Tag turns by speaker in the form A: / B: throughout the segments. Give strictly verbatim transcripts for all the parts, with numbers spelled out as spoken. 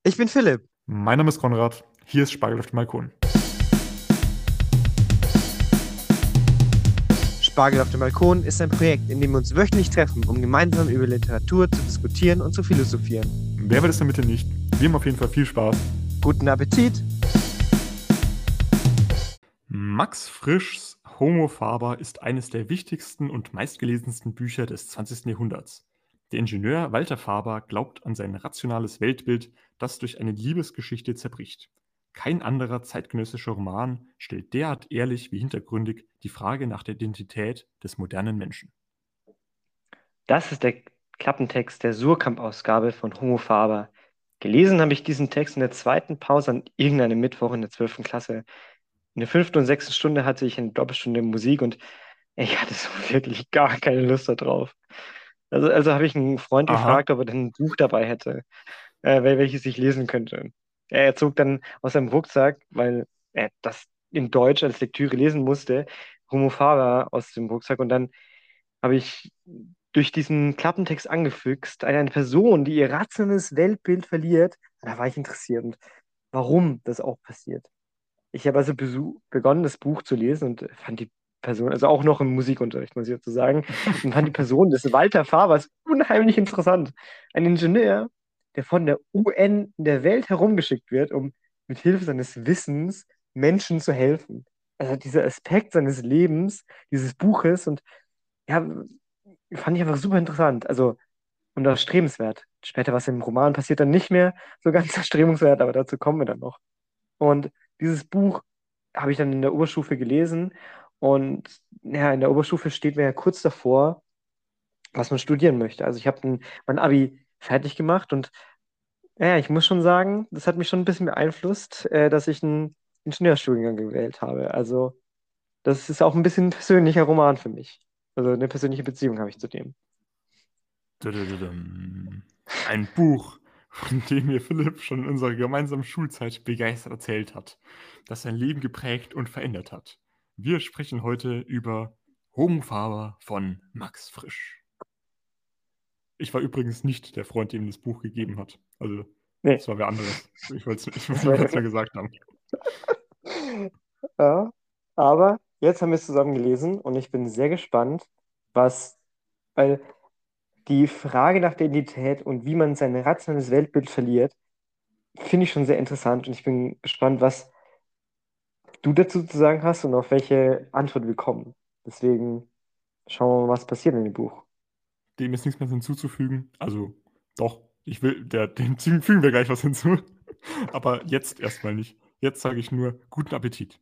A: Ich bin Philipp.
B: Mein Name ist Konrad, hier ist Spargel auf dem Balkon.
A: Spargel auf dem Balkon ist ein Projekt, in dem wir uns wöchentlich treffen, um gemeinsam über Literatur zu diskutieren und zu philosophieren.
B: Wer will es denn bitte nicht? Wir haben auf jeden Fall viel Spaß.
A: Guten Appetit!
B: Max Frischs Homo Faber ist eines der wichtigsten und meistgelesensten Bücher des zwanzigsten Jahrhunderts. Der Ingenieur Walter Faber glaubt an sein rationales Weltbild, das durch eine Liebesgeschichte zerbricht. Kein anderer zeitgenössischer Roman stellt derart ehrlich wie hintergründig die Frage nach der Identität des modernen Menschen.
C: Das ist der Klappentext der Suhrkamp-Ausgabe von Homo Faber. Gelesen habe ich diesen Text in der zweiten Pause an irgendeinem Mittwoch in der zwölften Klasse. In der fünften und sechsten Stunde hatte ich eine Doppelstunde Musik und ich hatte so wirklich gar keine Lust darauf. Also, also habe ich einen Freund
B: Aha.
C: gefragt, ob er denn ein Buch dabei hätte, äh, wel- welches ich lesen könnte. Er zog dann aus seinem Rucksack, weil er das in Deutsch als Lektüre lesen musste, Homo Faber aus dem Rucksack, und dann habe ich durch diesen Klappentext angefüchst, eine Person, die ihr rationales Weltbild verliert. Da war ich interessiert, und warum das auch passiert. Ich habe also besu- begonnen, das Buch zu lesen und fand die Person, also auch noch im Musikunterricht, muss ich dazu sagen, und fand die Person des Walter Fabers unheimlich interessant. Ein Ingenieur, der von der U N in der Welt herumgeschickt wird, um mit Hilfe seines Wissens Menschen zu helfen. Also dieser Aspekt seines Lebens, dieses Buches, und ja, fand ich einfach super interessant. Also, und auch strebenswert. Später, was im Roman passiert, dann nicht mehr so ganz erstrebenswert, aber dazu kommen wir dann noch. Und dieses Buch habe ich dann in der Oberstufe gelesen. Und ja, in der Oberstufe steht mir ja kurz davor, was man studieren möchte. Also ich habe ein- mein Abi fertig gemacht, und ja, ich muss schon sagen, das hat mich schon ein bisschen beeinflusst, äh, dass ich einen Ingenieurstudiengang gewählt habe. Also das ist auch ein bisschen ein persönlicher Roman für mich. Also eine persönliche Beziehung habe ich zu dem.
B: Dudududum. Ein Buch, von dem mir Philipp schon in unserer gemeinsamen Schulzeit begeistert erzählt hat, das sein Leben geprägt und verändert hat. Wir sprechen heute über Homo Faber von Max Frisch. Ich war übrigens nicht der Freund, dem das Buch gegeben hat. Also,
C: Nee,
B: das war wer anderes. Ich wollte es ich
C: das
B: wollte es
C: war,
B: nur gesagt haben.
C: ja, aber jetzt haben wir es zusammen gelesen, und ich bin sehr gespannt, was, weil die Frage nach der Identität und wie man sein rationales Weltbild verliert, finde ich schon sehr interessant, und ich bin gespannt, was du dazu zu sagen hast und auf welche Antwort wir kommen. Deswegen schauen wir mal, was passiert in dem Buch.
B: Dem ist nichts mehr hinzuzufügen. Also, doch, ich will, der, dem fügen wir gleich was hinzu. Aber jetzt erstmal nicht. Jetzt sage ich nur guten Appetit.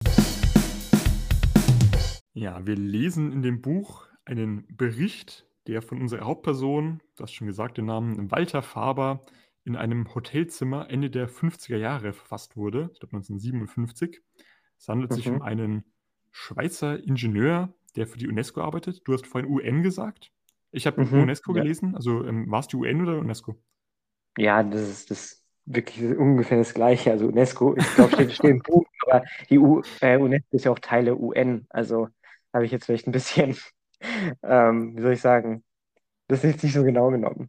B: Ja, wir lesen in dem Buch einen Bericht, der von unserer Hauptperson, das schon gesagt, den Namen Walter Faber, in einem Hotelzimmer Ende der fünfziger Jahre verfasst wurde, ich glaube neunzehnhundertsiebenundfünfzig. Es handelt sich um
C: Mhm.
B: einen Schweizer Ingenieur, der für die UNESCO arbeitet. Du hast vorhin U N gesagt. Ich habe
C: Mhm.
B: UNESCO
C: Ja.
B: gelesen. Also ähm, war es die U N oder UNESCO?
C: Ja, das ist das wirklich ungefähr das Gleiche. Also UNESCO, ich glaube, steht, steht im Buch, aber die U, äh, UNESCO ist ja auch Teil der U N. Also habe ich jetzt vielleicht ein bisschen, ähm, wie soll ich sagen, das ist jetzt nicht so genau genommen.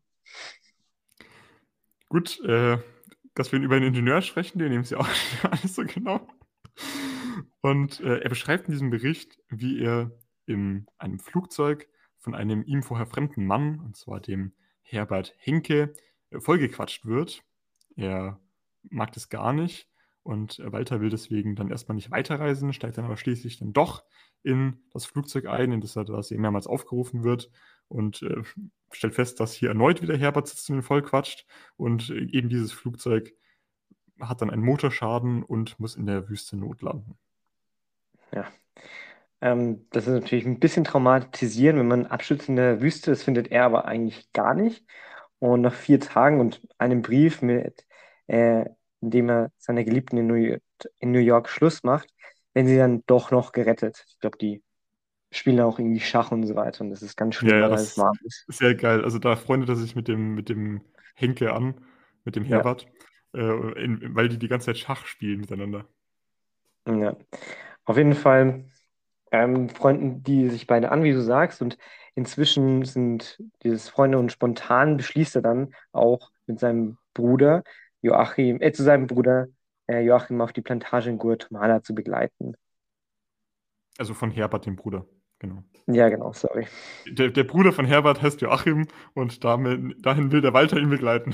B: Gut, äh, dass wir über einen Ingenieur sprechen, den nehmen Sie auch alles so genau. Und äh, er beschreibt in diesem Bericht, wie er in einem Flugzeug von einem ihm vorher fremden Mann, und zwar dem Herbert Henke, äh, vollgequatscht wird. Er mag das gar nicht, und äh, Walter will deswegen dann erstmal nicht weiterreisen, steigt dann aber schließlich dann doch in das Flugzeug ein, in das er das eben mehrmals aufgerufen wird, und äh, stellt fest, dass hier erneut wieder Herbert sitzt und ihn vollquatscht, und äh, eben dieses Flugzeug hat dann einen Motorschaden und muss in der Wüste notlanden.
C: Ja. Ähm, das ist natürlich ein bisschen traumatisierend, wenn man abstürzt in der Wüste. Das findet er aber eigentlich gar nicht. Und nach vier Tagen und einem Brief, mit, äh, in dem er seiner Geliebten in New York, in New York Schluss macht, werden sie dann doch noch gerettet. Ich glaube, die spielen auch irgendwie Schach und so weiter. Und das ist ganz
B: Ja,
C: schlimm,
B: ja,
C: weil es
B: das
C: warm ist.
B: ist sehr geil. Also da freundet er sich mit dem, mit dem Henke an, mit dem
C: Ja,
B: Herbert, äh, in, weil die die ganze Zeit Schach spielen miteinander.
C: ja. Auf jeden Fall ähm, freunden die sich beide an, wie du sagst. Und inzwischen sind dieses Freunde, und spontan beschließt er dann auch mit seinem Bruder, Joachim, äh, zu seinem Bruder äh, Joachim auf die Plantage in Guatemala zu begleiten.
B: Also von Herbert, dem Bruder. Genau.
C: Ja, genau, sorry.
B: Der, der Bruder von Herbert heißt Joachim und damit, dahin will der Walter ihn begleiten.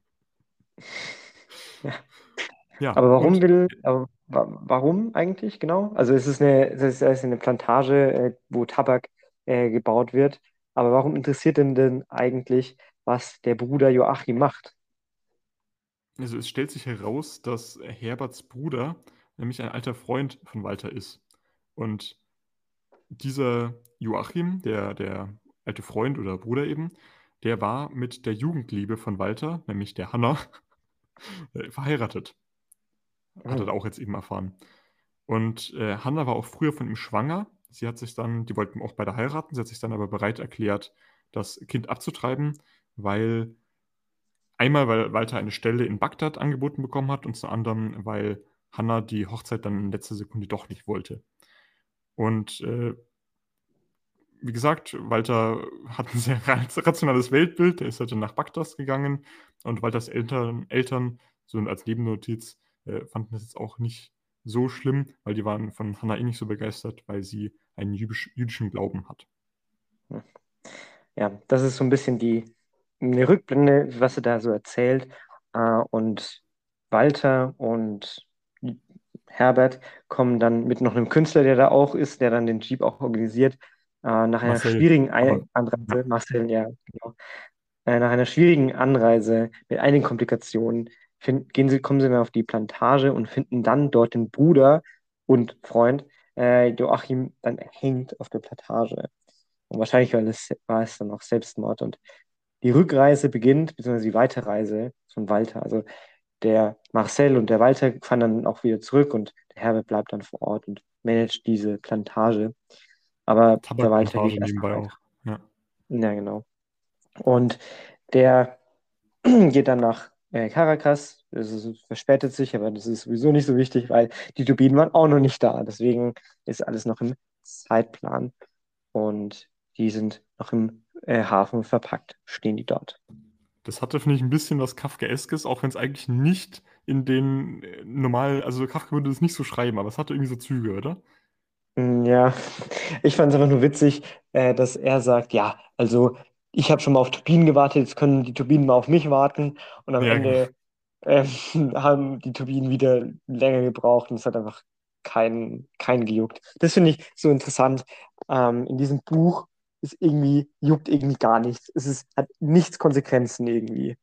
C: Ja.
B: Ja,
C: Aber warum
B: und
C: will, aber wa warum eigentlich genau? Also es ist eine, es ist, es ist eine Plantage, äh, wo Tabak äh, gebaut wird. Aber warum interessiert denn denn eigentlich, was der Bruder Joachim macht?
B: also es stellt sich heraus, dass Herberts Bruder nämlich ein alter Freund von Walter ist. Und dieser Joachim, der, der alte Freund oder Bruder eben, der war mit der Jugendliebe von Walter, nämlich der Hanna, äh, verheiratet. Hat er
C: Hm.
B: da auch jetzt eben erfahren. Und äh, Hanna war auch früher von ihm schwanger. Sie hat sich dann, die wollten auch beide heiraten, sie hat sich dann aber bereit erklärt, das Kind abzutreiben, weil einmal, weil Walter eine Stelle in Bagdad angeboten bekommen hat und zum anderen, weil Hanna die Hochzeit dann in letzter Sekunde doch nicht wollte. Und äh, wie gesagt, Walter hat ein sehr rationales Weltbild. Der ist halt dann nach Bagdad gegangen und Walters Eltern, Eltern so als Nebennotiz, äh, fanden das jetzt auch nicht so schlimm, weil die waren von Hannah eh nicht so begeistert, weil sie einen jüdisch, jüdischen Glauben hat.
C: Hm. Ja, das ist so ein bisschen die eine Rückblende, was er da so erzählt. Äh, und Walter und Herbert kommen dann mit noch einem Künstler, der da auch ist, der dann den Jeep auch organisiert, äh, nach einer
B: Marcel,
C: schwierigen Ei-
B: aber ja,
C: Anreise, Marcel, ja, genau, äh, nach einer schwierigen Anreise mit einigen Komplikationen finden, gehen sie, kommen sie dann auf die Plantage und finden dann dort den Bruder und Freund äh, Joachim dann erhängt auf der Plantage. Und wahrscheinlich war es, war es dann auch Selbstmord. Und die Rückreise beginnt, beziehungsweise die Weiterreise von Walter. Also der Marcel und der Walter fahren dann auch wieder zurück und der Herbert bleibt dann vor Ort und managt diese Plantage. Aber der Walter geht
B: Tabakplantage
C: erstmal
B: nebenbei
C: weiter.
B: auch. Ja.
C: Ja, genau. Und der geht dann nach äh, Caracas. Es ist, verspätet sich, aber das ist sowieso nicht so wichtig, weil die Turbinen waren auch noch nicht da. Deswegen ist alles noch im Zeitplan. Und die sind noch im äh, Hafen verpackt, stehen die dort.
B: Das hatte, finde ich, ein bisschen was Kafkaeskes, auch wenn es eigentlich nicht in den äh, normal, also Kafka würde es nicht so schreiben, aber es hatte irgendwie so Züge, oder?
C: Mm, ja, ich fand es einfach nur witzig, äh, dass er sagt, ja, also ich habe schon mal auf Turbinen gewartet, jetzt können die Turbinen mal auf mich warten. Und am
B: Ja, genau.
C: Ende ähm, haben die Turbinen wieder länger gebraucht und es hat einfach keinen keinen gejuckt. Das finde ich so interessant. Ähm, in diesem Buch ist irgendwie, juckt irgendwie gar nichts. Es ist, hat nichts Konsequenzen irgendwie.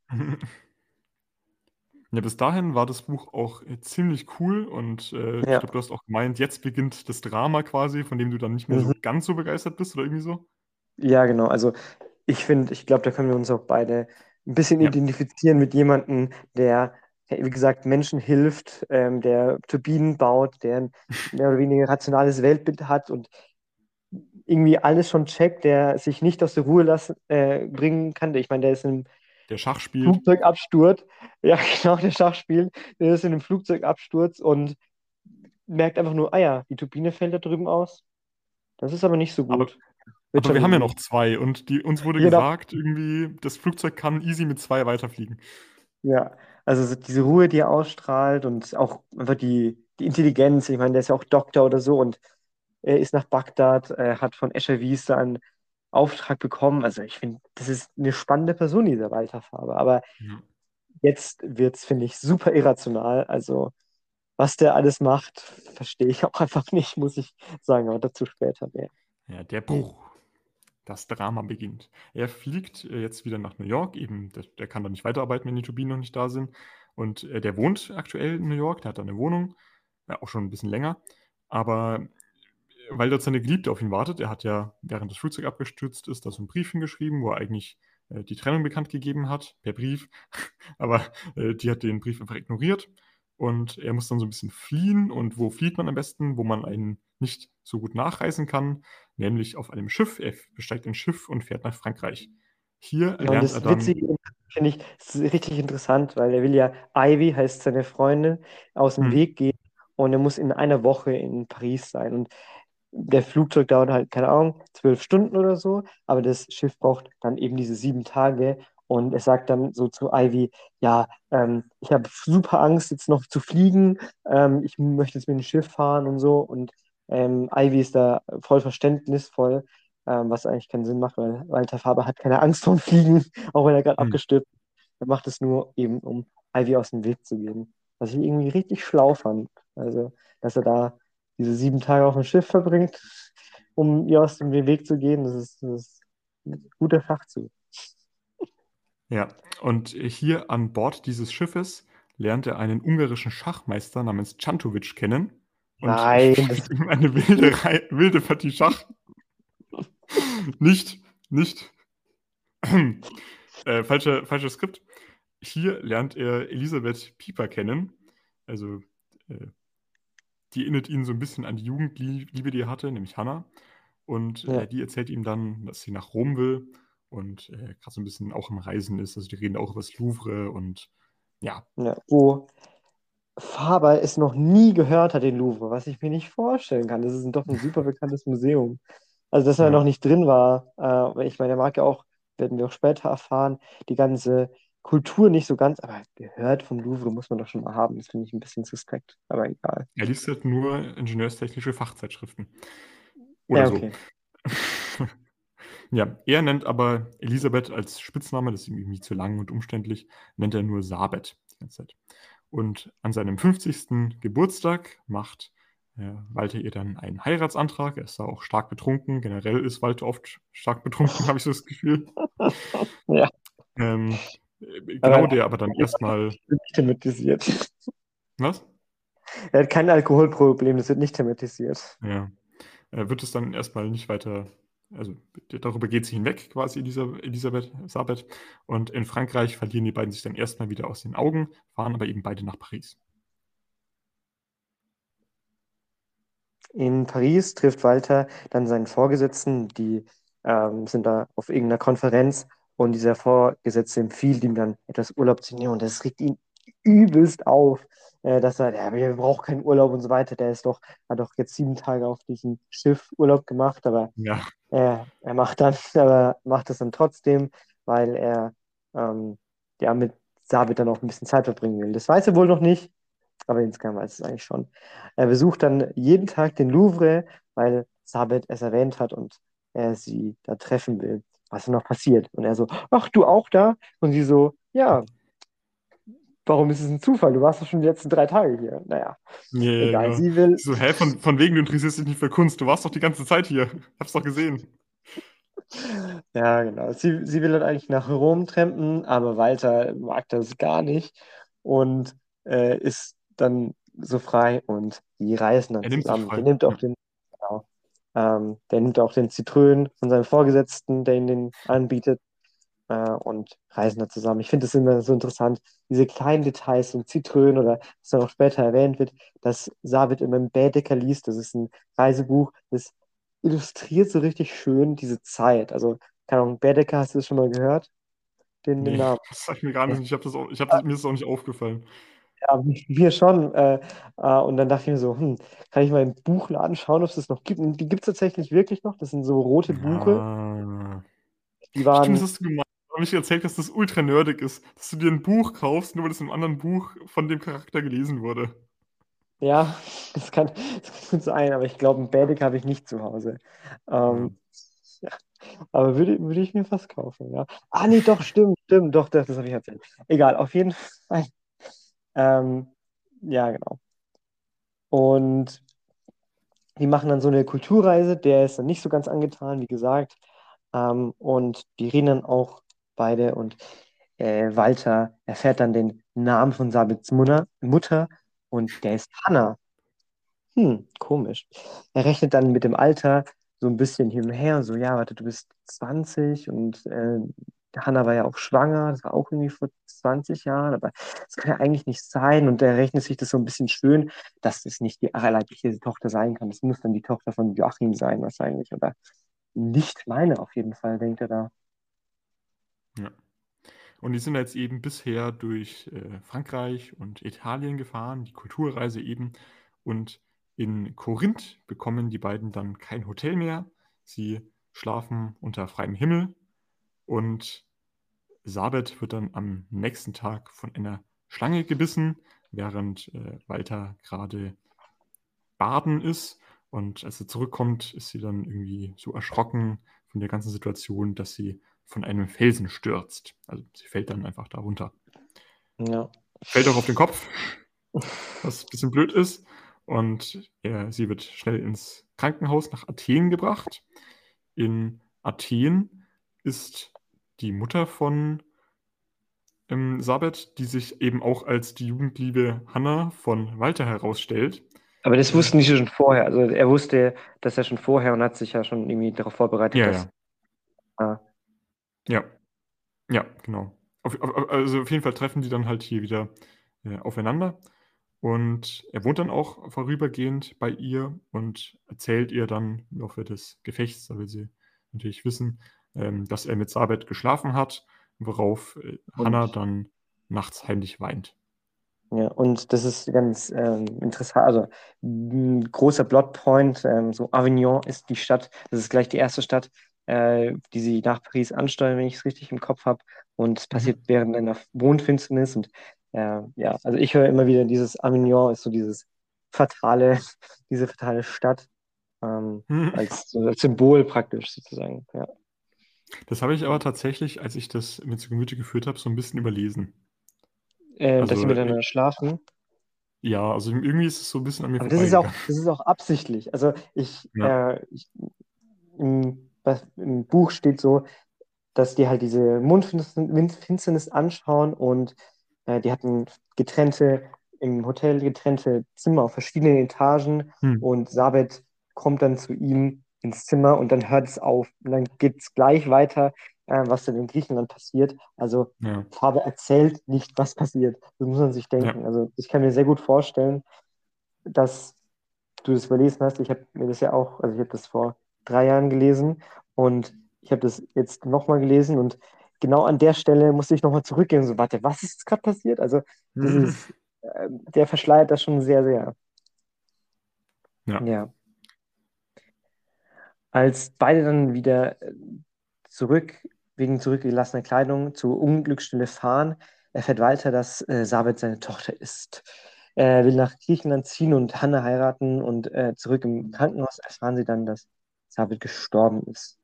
B: Ja, bis dahin war das Buch auch äh, ziemlich cool und äh, ich
C: Ja.
B: glaube, du hast auch gemeint, jetzt beginnt das Drama quasi, von dem du dann nicht mehr
C: Mhm.
B: so ganz so begeistert bist oder irgendwie so.
C: Ja, genau. Also ich finde, ich glaube, da können wir uns auch beide ein bisschen
B: Ja,
C: identifizieren mit jemandem, der, hey, wie gesagt, Menschen hilft, ähm, der Turbinen baut, der ein mehr oder weniger rationales Weltbild hat und irgendwie alles schon checkt, der sich nicht aus der Ruhe lassen, äh, bringen kann. Ich meine, der ist in einem
B: der Schach spielt.
C: Flugzeugabsturz, ja, genau, der Schach spielt, der ist in einem Flugzeugabsturz und merkt einfach nur, ah ja, die Turbine fällt da drüben aus. Das ist aber nicht so
B: Aber,
C: gut. Wird
B: aber
C: schon
B: wir haben ja noch
C: irgendwie.
B: zwei und die, uns wurde
C: Genau.
B: gesagt, irgendwie, das Flugzeug kann easy mit zwei weiterfliegen.
C: Ja, also so diese Ruhe, die er ausstrahlt und auch einfach die, die Intelligenz. Ich meine, der ist ja auch Doktor oder so und er ist nach Bagdad, äh, hat von Escher Wies da einen Auftrag bekommen. Also ich finde, das ist eine spannende Person, dieser Walter Faber. Aber
B: Ja.
C: jetzt wird es, finde ich, super irrational. Also was der alles macht, verstehe ich auch einfach nicht, muss ich sagen, aber dazu später mehr.
B: Ja, der Bruch. Das Drama beginnt. Er fliegt äh, jetzt wieder nach New York, eben, der, der kann da nicht weiterarbeiten, wenn die Turbinen noch nicht da sind. Und äh, der wohnt aktuell in New York, der hat da eine Wohnung, ja, auch schon ein bisschen länger. Aber äh, weil dort seine Geliebte auf ihn wartet, er hat ja, während das Flugzeug abgestürzt ist, da so einen Brief hingeschrieben, wo er eigentlich äh, die Trennung bekannt gegeben hat, per Brief. Aber äh, die hat den Brief einfach ignoriert. Und er muss dann so ein bisschen fliehen. Und wo flieht man am besten? Wo man einen nicht so gut nachreisen kann, nämlich auf einem Schiff. Er besteigt ein Schiff und fährt nach Frankreich. Hier
C: Ja, und
B: lernt er
C: das
B: dann,
C: Witzige finde ich, das ist richtig interessant, weil er will ja, Ivy heißt seine Freundin, aus dem
B: hm,
C: Weg gehen und er muss in einer Woche in Paris sein. Und der Flugzeug dauert halt, keine Ahnung, zwölf Stunden oder so, aber das Schiff braucht dann eben diese sieben Tage. Und er sagt dann so zu Ivy, ja, ähm, ich habe super Angst, jetzt noch zu fliegen. Ähm, ich möchte jetzt mit dem Schiff fahren und so. Und ähm, Ivy ist da voll verständnisvoll, ähm, was eigentlich keinen Sinn macht, weil Walter Faber hat keine Angst vorm Fliegen, auch wenn er gerade
B: Hm.
C: abgestürzt ist. Er macht es nur eben, um Ivy aus dem Weg zu gehen. Was ich irgendwie richtig schlau fand. Also, dass er da diese sieben Tage auf dem Schiff verbringt, um ihr aus dem Weg zu gehen, das ist, das ist ein guter Schachzug.
B: Ja, und hier an Bord dieses Schiffes lernt er einen ungarischen Schachmeister namens Cantovic kennen und
C: Nein, das
B: spielt ihm eine wilde, Rei- wilde Partie Schach. Nicht, nicht, äh, falscher, falsches Skript. Hier lernt er Elisabeth Pieper kennen. Also, äh, die erinnert ihn so ein bisschen an die Jugendliebe, die er hatte, nämlich Hannah. Und
C: ja,
B: äh, die erzählt ihm dann, dass sie nach Rom will und äh, gerade so ein bisschen auch im Reisen ist. Also die reden auch über das Louvre und ja,
C: ja, wo Faber es noch nie gehört hat, den Louvre, was ich mir nicht vorstellen kann. Das ist ein, doch ein super bekanntes Museum. Also, dass er noch
B: ja.
C: nicht drin war, äh, weil ich meine, er mag ja auch, werden wir auch später erfahren, die ganze Kultur nicht so ganz, aber gehört vom Louvre muss man doch schon mal haben. Das finde ich ein bisschen suspekt, aber egal.
B: Er liest halt nur ingenieurstechnische Fachzeitschriften. Oder
C: Ja,
B: so.
C: okay.
B: Ja, er nennt aber Elisabeth als Spitzname, das ist ihm irgendwie zu lang und umständlich, nennt er nur Sabet die ganze Zeit. Und an seinem fünfzigsten Geburtstag macht äh, Walter ihr dann einen Heiratsantrag. Er ist da auch stark betrunken. Generell ist Walter oft stark betrunken, habe ich so das Gefühl.
C: Ja,
B: Ähm, äh,
C: aber
B: genau,
C: er
B: der aber dann erstmal.
C: wird nicht thematisiert.
B: Was?
C: Er hat kein Alkoholproblem, das wird nicht thematisiert.
B: Ja. Äh, wird es dann erstmal nicht weiter, also darüber geht sie hinweg, quasi Elisa, Elisabeth, Sabet. Und in Frankreich verlieren die beiden sich dann erstmal wieder aus den Augen, fahren aber eben beide nach Paris.
C: In Paris trifft Walter dann seinen Vorgesetzten, die ähm, sind da auf irgendeiner Konferenz und dieser Vorgesetzte empfiehlt ihm dann etwas Urlaub zu nehmen und das regt ihn übelst auf, äh, dass er, ja, wir brauchen keinen Urlaub und so weiter. Der ist doch, hat doch jetzt sieben Tage auf diesem Schiff Urlaub gemacht, aber
B: Ja,
C: er, er macht dann, aber macht es dann trotzdem, weil er ähm, ja mit Sabit dann auch ein bisschen Zeit verbringen will. Das weiß er wohl noch nicht, aber insgesamt weiß es eigentlich schon. Er besucht dann jeden Tag den Louvre, weil Sabet es erwähnt hat und er sie da treffen will, was dann noch passiert. Und er so, ach, du auch da? Und sie so, ja, warum ist es ein Zufall? Du warst doch schon die letzten drei Tage hier. Naja,
B: ja, ja,
C: egal.
B: genau.
C: Sie will,
B: So, hä, von, von wegen, du interessierst dich nicht für Kunst, du warst doch die ganze Zeit hier. Hab's doch gesehen.
C: ja, genau. Sie, sie will dann eigentlich nach Rom trampen, aber Walter mag das gar nicht und äh, ist dann so frei und die reisen dann
B: Er nimmt sich
C: zusammen. Der
B: frei.
C: nimmt auch
B: Ja.
C: den, genau, ähm, der nimmt auch den Zitrön von seinem Vorgesetzten, der ihn den anbietet, äh, und reisen dann zusammen. Ich finde es immer so interessant, diese kleinen Details, so ein Zitrön oder was dann auch später erwähnt wird, dass Sabit immer im Baedeker liest. Das ist ein Reisebuch, das illustriert so richtig schön diese Zeit. Also, keine Ahnung, Baedeker, hast du das schon mal gehört? Den, den
B: Nee,
C: Namen.
B: das sagt mir gar
C: Ja,
B: nicht. Ich hab das auch, ich hab das, mir ist das auch nicht aufgefallen.
C: ja, mir schon. Äh, äh, und dann dachte ich mir so, hm, kann ich mal im Buchladen schauen, ob es das noch gibt? Und die gibt es tatsächlich wirklich noch. Das sind so rote Buche.
B: Ah.
C: Die
B: Stimmt, das
C: waren,
B: hast du gemeint. Du hast mich erzählt, dass das ultra nerdig ist. Dass du dir ein Buch kaufst, nur weil es im anderen Buch von dem Charakter gelesen wurde.
C: ja, das kann, das kann gut sein, aber ich glaube, ein Baedeker habe ich nicht zu Hause.
B: Ja.
C: Ähm, ja, aber würde, würde ich mir fast kaufen, ja. Ah, nee, doch, stimmt, stimmt, doch, das, das habe ich erzählt. Egal, auf jeden Fall. Ähm, ja, genau. Und die machen dann so eine Kulturreise, der ist dann nicht so ganz angetan, wie gesagt. Ähm, und die reden dann auch beide und äh, Walter erfährt dann den Namen von Sabits Mutter, Mutter und der ist Hannah. Hm, komisch. Er rechnet dann mit dem Alter so ein bisschen hin und her, so, ja, warte, du bist zwanzig und äh, Hannah war ja auch schwanger, das war auch irgendwie vor zwanzig Jahren, aber das kann ja eigentlich nicht sein und er rechnet sich das so ein bisschen schön, dass es nicht die leibliche Tochter sein kann. Das muss dann die Tochter von Joachim sein wahrscheinlich oder nicht meine auf jeden Fall, denkt er da.
B: Ja. Und die sind jetzt eben bisher durch äh, Frankreich und Italien gefahren, die Kulturreise eben. Und in Korinth bekommen die beiden dann kein Hotel mehr. Sie schlafen unter freiem Himmel und Sabet wird dann am nächsten Tag von einer Schlange gebissen, während äh, Walter gerade baden ist. Und als er zurückkommt, ist sie dann irgendwie so erschrocken von der ganzen Situation, dass sie von einem Felsen stürzt. Also sie fällt dann einfach da runter.
C: Ja.
B: Fällt auch auf den Kopf, was ein bisschen blöd ist. Und er, sie wird schnell ins Krankenhaus nach Athen gebracht. In Athen ist die Mutter von ähm, Sabet, die sich eben auch als die Jugendliebe Hannah von Walter herausstellt.
C: Aber das
B: Äh,
C: wussten die schon vorher. Also er wusste das ja schon vorher und hat sich ja schon irgendwie darauf vorbereitet,
B: ja,
C: dass.
B: ja,
C: Ah,
B: ja, ja, genau. Auf, auf, also auf jeden Fall treffen die dann halt hier wieder äh, aufeinander. Und er wohnt dann auch vorübergehend bei ihr und erzählt ihr dann im Laufe des Gefechts, da will sie natürlich wissen, ähm, dass er mit Sabet geschlafen hat, worauf äh, Hannah
C: und
B: dann nachts heimlich weint.
C: Ja, und das ist ganz ähm, interessant. Also ein großer Plotpoint, ähm, so Avignon ist die Stadt, das ist gleich die erste Stadt, äh, die sie nach Paris ansteuern, wenn ich es richtig im Kopf habe. Und es passiert
B: Mhm.
C: während einer Mondfinsternis. Und äh, ja, also ich höre immer wieder, dieses Avignon ist so dieses fatale, diese fatale Stadt, ähm, als, so als Symbol praktisch sozusagen. Ja.
B: Das habe ich aber tatsächlich, als ich das mir zu Gemüte geführt habe, so ein bisschen überlesen.
C: Äh, dass sie
B: Also äh,
C: miteinander schlafen.
B: ja, also irgendwie ist es so ein bisschen an mir
C: Aber das ist auch,
B: vorbeigegangen.
C: das ist auch absichtlich. Also ich,
B: Ja,
C: äh, ich im, was, im Buch steht so, dass die halt diese Mondfinsternis anschauen und äh, die hatten getrennte, im Hotel getrennte Zimmer auf verschiedenen Etagen
B: hm.
C: und Sabet kommt dann zu ihm ins Zimmer und dann hört es auf und dann geht es gleich weiter, äh, was dann in Griechenland passiert. Also
B: Ja,
C: Faber erzählt nicht, was passiert. Das muss man sich
B: ja.
C: denken. Also ich kann mir sehr gut vorstellen, dass du das überlesen hast. Ich habe mir das ja auch, also ich habe das vor drei Jahren gelesen und ich habe das jetzt nochmal gelesen und genau an der Stelle musste ich nochmal zurückgehen. So, warte, was ist gerade passiert? Also, das ist, äh, der verschleiert das schon sehr, sehr.
B: Ja.
C: Ja. Als beide dann wieder äh, zurück, wegen zurückgelassener Kleidung zur Unglücksstelle fahren, erfährt Walter, dass äh, Sabet seine Tochter ist. Er will nach Griechenland ziehen und Hanne heiraten und äh, zurück im Krankenhaus erfahren sie dann, dass Sabet gestorben ist.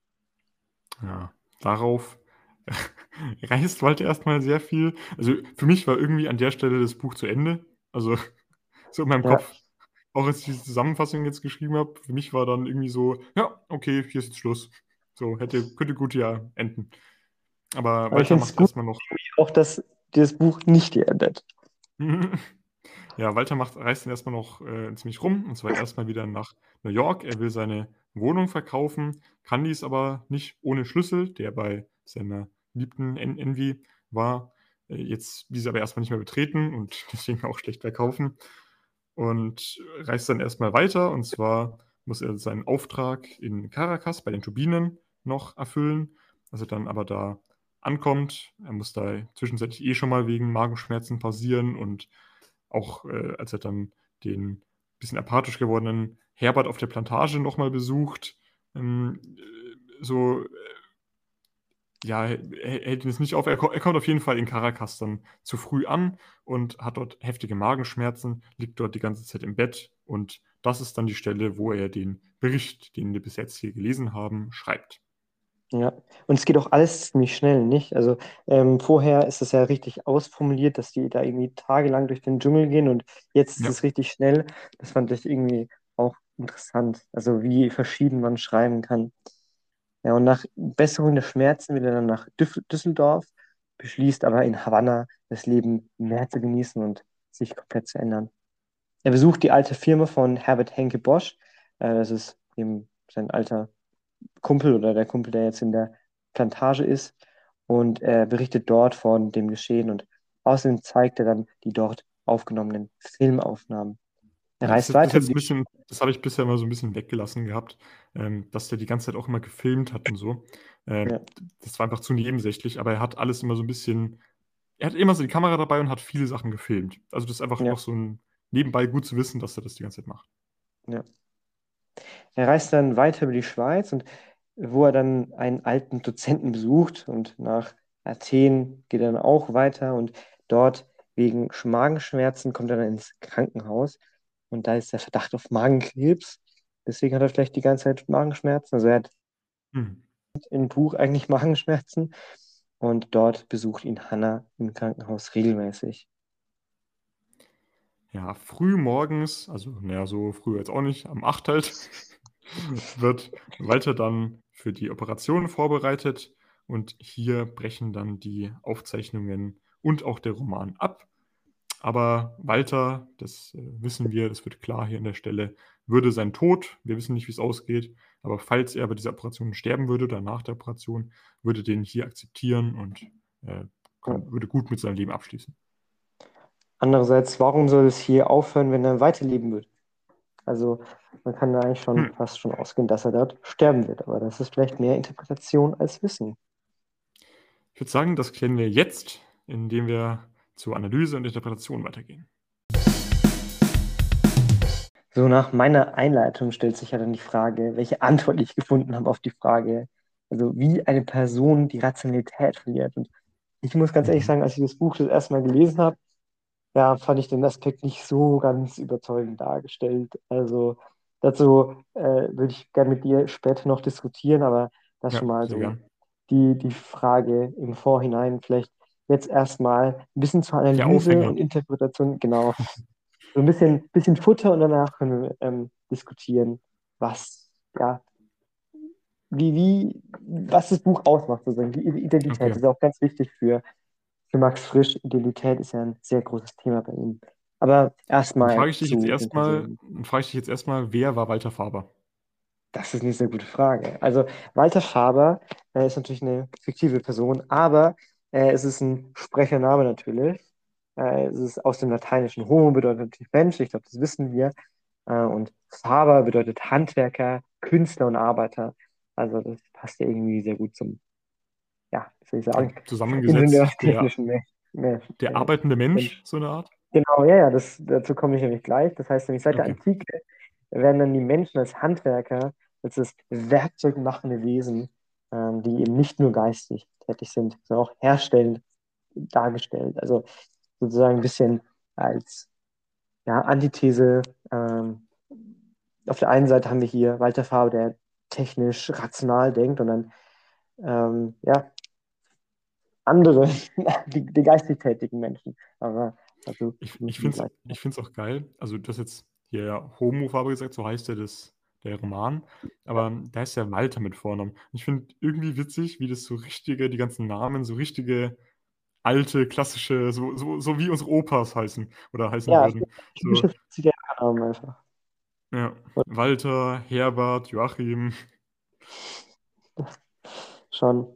B: Ja, darauf reißt Walter erstmal sehr viel. Also für mich war irgendwie an der Stelle das Buch zu Ende. Also so in meinem
C: Ja,
B: Kopf, auch als ich diese Zusammenfassung jetzt geschrieben habe, für mich war dann irgendwie so, ja, okay, hier ist jetzt Schluss. So, hätte, könnte gut ja enden. Aber
C: aber ich
B: Walter
C: finde es
B: macht
C: gut,
B: erstmal noch,
C: auch dass dieses Buch nicht geendet.
B: ja, Walter macht, reist dann erstmal noch äh, ziemlich rum, und zwar erstmal wieder nach New York. Er will seine Wohnung verkaufen, kann dies aber nicht ohne Schlüssel, der bei seiner Liebten En- Envy war. Äh, jetzt diese aber erstmal nicht mehr betreten und deswegen auch schlecht verkaufen. Und reist dann erstmal weiter, und zwar muss er seinen Auftrag in Caracas bei den Turbinen noch erfüllen. Als er dann aber da ankommt, er muss da zwischenzeitlich eh schon mal wegen Magenschmerzen pausieren, und auch äh, als er dann den bisschen apathisch gewordenen Herbert auf der Plantage nochmal besucht, ähm, äh, so, äh, ja, er hält ihn es nicht auf. Er, ko- er kommt auf jeden Fall in Caracas dann zu früh an und hat dort heftige Magenschmerzen, liegt dort die ganze Zeit im Bett, und das ist dann die Stelle, wo er den Bericht, den wir bis jetzt hier gelesen haben, schreibt.
C: Ja, und es geht auch alles ziemlich schnell, nicht? Also ähm, vorher ist es ja richtig ausformuliert, dass die da irgendwie tagelang durch den Dschungel gehen und jetzt ist
B: Ja,
C: es richtig schnell. Das fand ich irgendwie auch interessant, also wie verschieden man schreiben kann. Ja, und nach Besserung der Schmerzen will er dann nach Düff Düsseldorf, beschließt aber in Havanna das Leben mehr zu genießen und sich komplett zu ändern. Er besucht die alte Firma von Herbert Henke Bosch, äh, das ist eben sein alter Kumpel oder der Kumpel, der jetzt in der Plantage ist und er berichtet dort von dem Geschehen und außerdem zeigt er dann die dort aufgenommenen Filmaufnahmen. Er
B: ja, das
C: reist
B: ist bis
C: weiter über
B: jetzt ein
C: die,
B: bisschen, das habe ich bisher immer so ein bisschen weggelassen gehabt, ähm, dass der die ganze Zeit auch immer gefilmt hat und so. Ähm,
C: ja,
B: das war einfach zu nebensächlich, aber er hat alles immer so ein bisschen, er hat immer so die Kamera dabei und hat viele Sachen gefilmt. Also das ist einfach
C: ja,
B: noch so ein nebenbei gut zu wissen, dass er das die ganze Zeit macht.
C: ja. Er reist dann weiter über die Schweiz und wo er dann einen alten Dozenten besucht und nach Athen geht er dann auch weiter und dort wegen Magenschmerzen kommt er dann ins Krankenhaus und da ist der Verdacht auf Magenkrebs. Deswegen hat er vielleicht die ganze Zeit Magenschmerzen. Also er hat
B: Hm.
C: im Buch eigentlich Magenschmerzen und dort besucht ihn Hannah im Krankenhaus regelmäßig.
B: Ja, früh morgens, also naja, so früh jetzt auch nicht, um acht halt, wird Walter dann für die Operation vorbereitet und hier brechen dann die Aufzeichnungen und auch der Roman ab. Aber Walter, das äh, wissen wir, das wird klar hier an der Stelle, würde sein Tod, wir wissen nicht, wie es ausgeht, aber falls er bei dieser Operation sterben würde oder nach der Operation, würde den hier akzeptieren und äh,
C: Ja.
B: kann, würde gut mit seinem Leben abschließen.
C: Andererseits, warum soll es hier aufhören, wenn er weiterleben wird? Also man kann da eigentlich schon
B: Hm.
C: fast schon ausgehen, dass er dort sterben wird, aber das ist vielleicht mehr Interpretation als Wissen.
B: Ich würde sagen, das klären wir jetzt, indem wir zur Analyse und Interpretation weitergehen.
C: So nach meiner Einleitung stellt sich ja dann die Frage, welche Antwort ich gefunden habe auf die Frage, also wie eine Person die Rationalität verliert. Und ich muss ganz ehrlich
B: Mhm.
C: sagen, als ich das Buch das erste Mal gelesen habe, ja, fand ich den Aspekt nicht so ganz überzeugend dargestellt. Also dazu äh, würde ich gerne mit dir später noch diskutieren, aber das
B: Ja,
C: schon mal
B: sehr
C: so
B: gern.
C: die, die Frage im Vorhinein. Vielleicht jetzt erstmal ein bisschen zur
B: Der
C: Analyse
B: Aufhänger.
C: und Interpretation, genau. So ein bisschen, bisschen Futter und danach können wir ähm, diskutieren, was, ja, wie, wie, was das Buch ausmacht, sozusagen. Die Identität
B: Okay.
C: ist auch ganz wichtig für, für Max Frisch. Identität ist ja ein sehr großes Thema bei ihm. Aber
B: Dann frage
C: erstmal
B: ich dich jetzt
C: zu den
B: erstmal,
C: Personen.
B: dann frage ich dich jetzt erstmal, wer war Walter Faber?
C: Das ist eine sehr gute Frage. Also Walter Faber äh, ist natürlich eine fiktive Person, aber äh, es ist ein Sprechername natürlich. Äh, es ist aus dem Lateinischen. Homo bedeutet natürlich Mensch, ich glaube, das wissen wir. Äh, und Faber bedeutet Handwerker, Künstler und Arbeiter. Also das passt ja irgendwie sehr gut zum, ja, wie soll ich
B: Okay.
C: sagen,
B: Zusammengesetzt, der,
C: ingenieurstechnischen Me- Me-
B: der
C: äh,
B: arbeitende Mensch,
C: Mensch.
B: so eine Art?
C: Genau, ja, ja, das, dazu komme ich nämlich gleich. Das heißt nämlich, seit der
B: Okay.
C: Antike werden dann die Menschen als Handwerker, als das werkzeugmachende Wesen, ähm, die eben nicht nur geistig tätig sind, sondern auch herstellend dargestellt. Also sozusagen ein bisschen als ja, Antithese. Ähm, auf der einen Seite haben wir hier Walter Faber, der technisch rational denkt und dann ähm, ja, andere, die, die geistig tätigen Menschen. Aber dazu
B: Ich, ich
C: müssen wir
B: finde es
C: gleich.
B: ich find's auch geil. Also, du hast jetzt hier ja Homo Faber gesagt, so heißt ja das, der Roman. Aber da ist ja Walter mit Vornamen. Ich finde irgendwie witzig, wie das so richtige, die ganzen Namen, so richtige alte, klassische, so, so, so wie unsere Opas heißen oder heißen
C: Ja,
B: würden. So,
C: typische vierziger-Namen einfach.
B: ja, Walter, Herbert, Joachim.
C: Schon.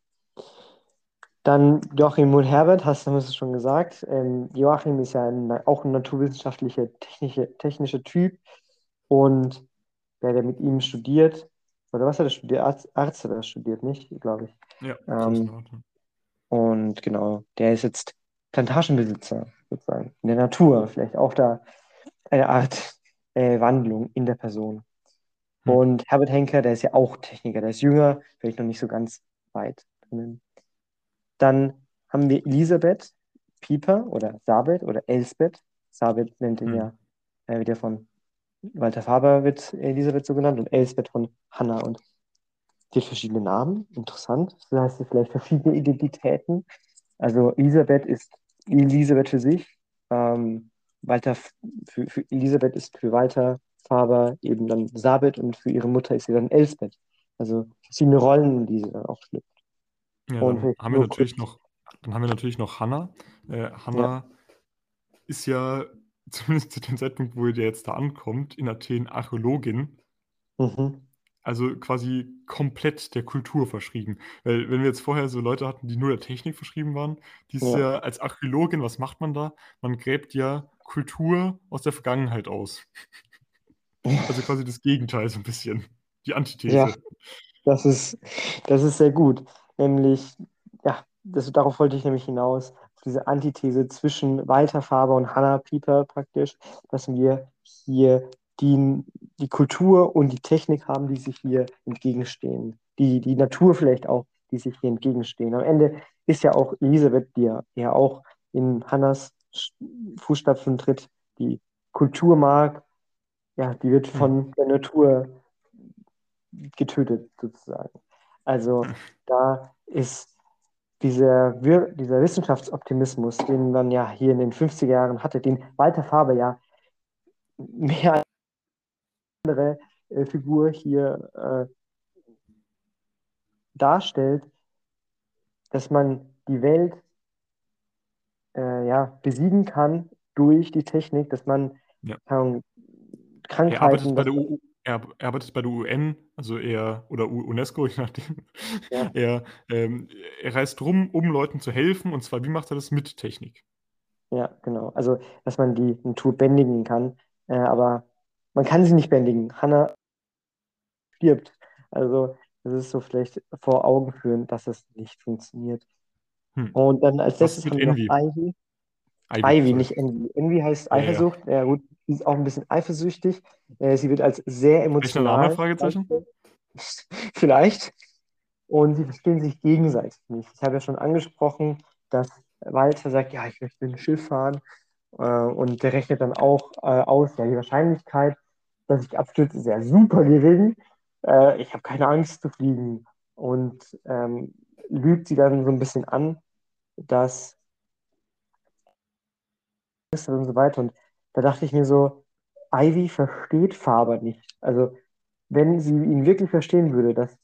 C: Dann Joachim und Herbert, hast du es schon gesagt. Ähm, Joachim ist ja ein, auch ein naturwissenschaftlicher, technische, technischer Typ und der, der mit ihm studiert, oder was hat er studiert? Arzt, Arzt hat er studiert, nicht, glaube ich.
B: Ja, so ist
C: Ähm,
B: eine Art. Ja.
C: und genau, der ist jetzt Plantagenbesitzer, sozusagen, in der Natur, vielleicht auch da eine Art äh, Wandlung in der Person.
B: Hm.
C: Und Herbert Henker, der ist ja auch Techniker, der ist jünger, vielleicht noch nicht so ganz weit drinnen. Dann haben wir Elisabeth Pieper oder Sabet oder Elsbeth. Sabet nennt ihn
B: Hm.
C: ja äh, wieder von Walter Faber wird Elisabeth so genannt und Elsbeth von Hannah. Und die hat verschiedene Namen, interessant. Das heißt, sie vielleicht verschiedene Identitäten. Also Elisabeth ist Elisabeth für sich. Ähm, Walter für, für Elisabeth ist für Walter Faber eben dann Sabet und für ihre Mutter ist sie dann Elsbeth. Also verschiedene Rollen, die sie dann auch schlüpft.
B: Ja,
C: Und
B: dann
C: vielleicht
B: haben wir
C: nur kurz,
B: natürlich noch, dann haben wir natürlich noch Hannah. Äh,
C: ja.
B: Hannah ist ja, zumindest zu dem Zeitpunkt, wo ihr jetzt da ankommt, in Athen Archäologin.
C: Mhm.
B: Also quasi komplett der Kultur verschrieben. Weil wenn wir jetzt vorher so Leute hatten, die nur der Technik verschrieben waren, die ist
C: Ja.
B: ja als Archäologin, was macht man da? Man gräbt ja Kultur aus der Vergangenheit aus. Also quasi das Gegenteil so ein bisschen. Die
C: Ja,
B: Antithese.
C: das ist, das ist sehr gut. Nämlich, ja, das, darauf wollte ich nämlich hinaus, auf diese Antithese zwischen Walter Faber und Hannah Pieper praktisch, dass wir hier die, die Kultur und die Technik haben, die sich hier entgegenstehen. Die, die Natur vielleicht auch, die sich hier entgegenstehen. Am Ende ist ja auch Elisabeth, die ja, ja auch in Hannas Sch- Fußstapfen tritt, die Kultur mag, ja, die wird
B: Hm.
C: von der Natur getötet sozusagen. Also da ist dieser, Wir dieser Wissenschaftsoptimismus, den man ja hier in den fünfziger Jahren hatte, den Walter Faber ja mehr als andere äh, Figur hier äh, darstellt, dass man die Welt äh, ja, besiegen kann durch die Technik, dass man
B: Ja.
C: keine Ahnung,
B: Er arbeitet
C: Krankheiten,
B: bei
C: dass
B: der
C: man,
B: U er er arbeitet bei der U N, also er oder U UNESCO, je nachdem.
C: ja,
B: Er, ähm, er reist rum, um Leuten zu helfen, und zwar wie macht er das? Mit Technik.
C: ja, genau. Also, dass man die Natur bändigen kann, äh, aber man kann sie nicht bändigen. Hannah stirbt. Also, das ist so vielleicht vor Augen führen, dass es nicht funktioniert.
B: Hm.
C: Und dann als
B: Was
C: letztes
B: mit
C: haben wir noch
B: Envy?
C: Ivy.
B: Ivy,
C: Ivy,
B: sorry.
C: nicht Envy. Envy heißt
B: Ja, ja, ja.
C: Eifersucht. Ja, gut, sie ist auch ein bisschen eifersüchtig. Äh, sie wird als sehr
B: Sprechender Name?
C: emotional
B: Fragezeichen.
C: dargestellt. Vielleicht. Und sie verstehen sich gegenseitig nicht. Ich habe ja schon angesprochen, dass Walter sagt, ja, ich möchte ein Schiff fahren. Äh, und der rechnet dann auch äh, aus, ja, die Wahrscheinlichkeit, dass ich abstürze, ist ja super gering. Äh, ich habe keine Angst zu fliegen. Und ähm, lügt sie dann so ein bisschen an, dass und so weiter. Und da dachte ich mir so, Ivy versteht Faber nicht. Also, wenn sie ihn wirklich verstehen würde, dass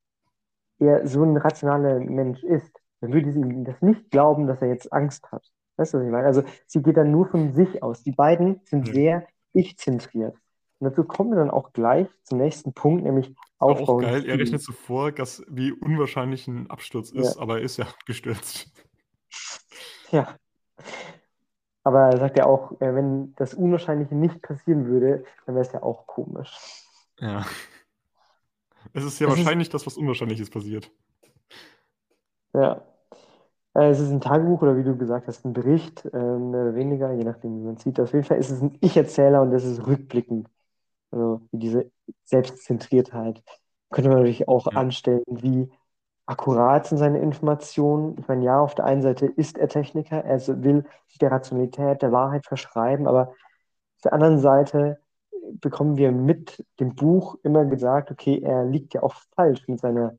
C: er so ein rationaler Mensch ist, dann würde sie ihm das nicht glauben, dass er jetzt Angst hat. Weißt du, was ich meine? Also, sie geht dann nur von sich aus. Die beiden sind
B: Ja.
C: sehr ich-zentriert. Und dazu kommen wir dann auch gleich zum nächsten Punkt, nämlich
B: War auch
C: Aufbau des
B: geil. Er rechnet
C: Teams.
B: so vor, dass wie unwahrscheinlich ein Absturz
C: Ja,
B: ist, aber er ist ja gestürzt.
C: ja. Aber er sagt ja auch, äh, wenn das Unwahrscheinliche nicht passieren würde, dann wäre es ja auch komisch.
B: Ja. Es ist sehr
C: Es ist,
B: wahrscheinlich, dass was Unwahrscheinliches passiert.
C: ja. Äh, Es ist ein Tagebuch oder wie du gesagt hast, ein Bericht, äh, mehr oder weniger, je nachdem, wie man sieht. Auf jeden Fall ist es ein Ich-Erzähler und das ist rückblickend. Also diese Selbstzentriertheit könnte man natürlich auch
B: Ja.
C: anstellen, wie akkurat sind seine Informationen. Ich meine, ja, auf der einen Seite ist er Techniker, er so- will sich der Rationalität, der Wahrheit verschreiben, aber auf der anderen Seite bekommen wir mit dem Buch immer gesagt, okay, er liegt ja auch falsch mit seiner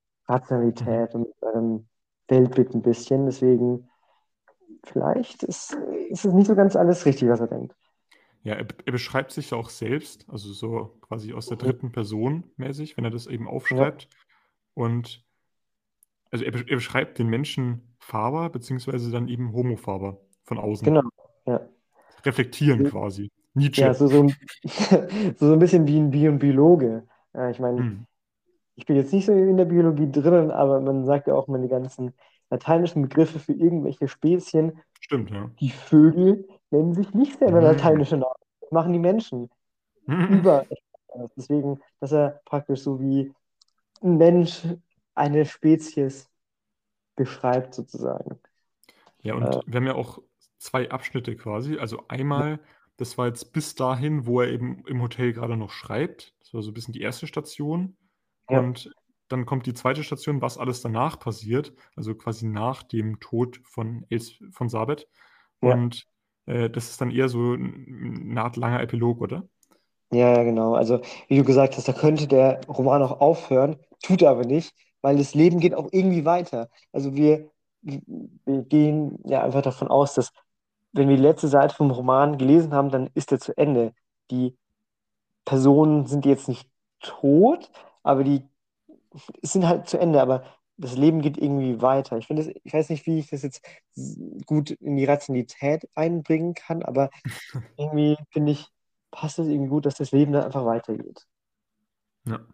B: Mhm.
C: Rationalität und mit seinem Weltbild ein bisschen. Deswegen vielleicht ist, ist es nicht so ganz alles richtig, was er denkt.
B: Ja, er, er beschreibt sich ja auch selbst, also so quasi aus der
C: Mhm.
B: dritten Person mäßig, wenn er das eben
C: Ja,
B: aufschreibt. Und also er, be- er beschreibt den Menschen Faber, beziehungsweise dann eben Homo Faber von außen.
C: genau. Ja,
B: Reflektieren
C: so,
B: quasi.
C: ja
B: Nietzsche.
C: so, so, ein, so, so ein bisschen wie ein Bi- ein Biologe. Ja, ich meine,
B: Hm.
C: ich bin jetzt nicht so in der Biologie drinnen, aber man sagt ja auch immer die ganzen lateinischen Begriffe für irgendwelche Spezien.
B: Stimmt, ja.
C: Die Vögel nennen sich nicht selber
B: Hm.
C: lateinische Namen. Das machen die Menschen
B: Hm.
C: über. Deswegen, dass er praktisch so wie ein Mensch eine Spezies beschreibt, sozusagen.
B: Ja,
C: Äh,
B: und wir haben ja auch zwei Abschnitte quasi. Also einmal, das war jetzt bis dahin, wo er eben im Hotel gerade noch schreibt. Das war so ein bisschen die erste Station.
C: ja,
B: Und dann kommt die zweite Station, was alles danach passiert, also quasi nach dem Tod von Els von Sabet.
C: ja,
B: Und äh, das ist dann eher so 'n 'ne Art langer Epilog, oder?
C: ja, ja, genau. Also, wie du gesagt hast, da könnte der Roman auch aufhören, tut er aber nicht, weil das Leben geht auch irgendwie weiter. Also, wir, wir gehen ja einfach davon aus, dass, wenn wir die letzte Seite vom Roman gelesen haben, dann ist er zu Ende. Die Personen sind jetzt nicht tot, aber die sind halt zu Ende, aber das Leben geht irgendwie weiter. Ich finde das, ich weiß nicht, wie ich das jetzt s- gut in die Rationalität einbringen kann, aber irgendwie finde ich, passt es irgendwie gut, dass das Leben dann einfach weitergeht.
B: Ja.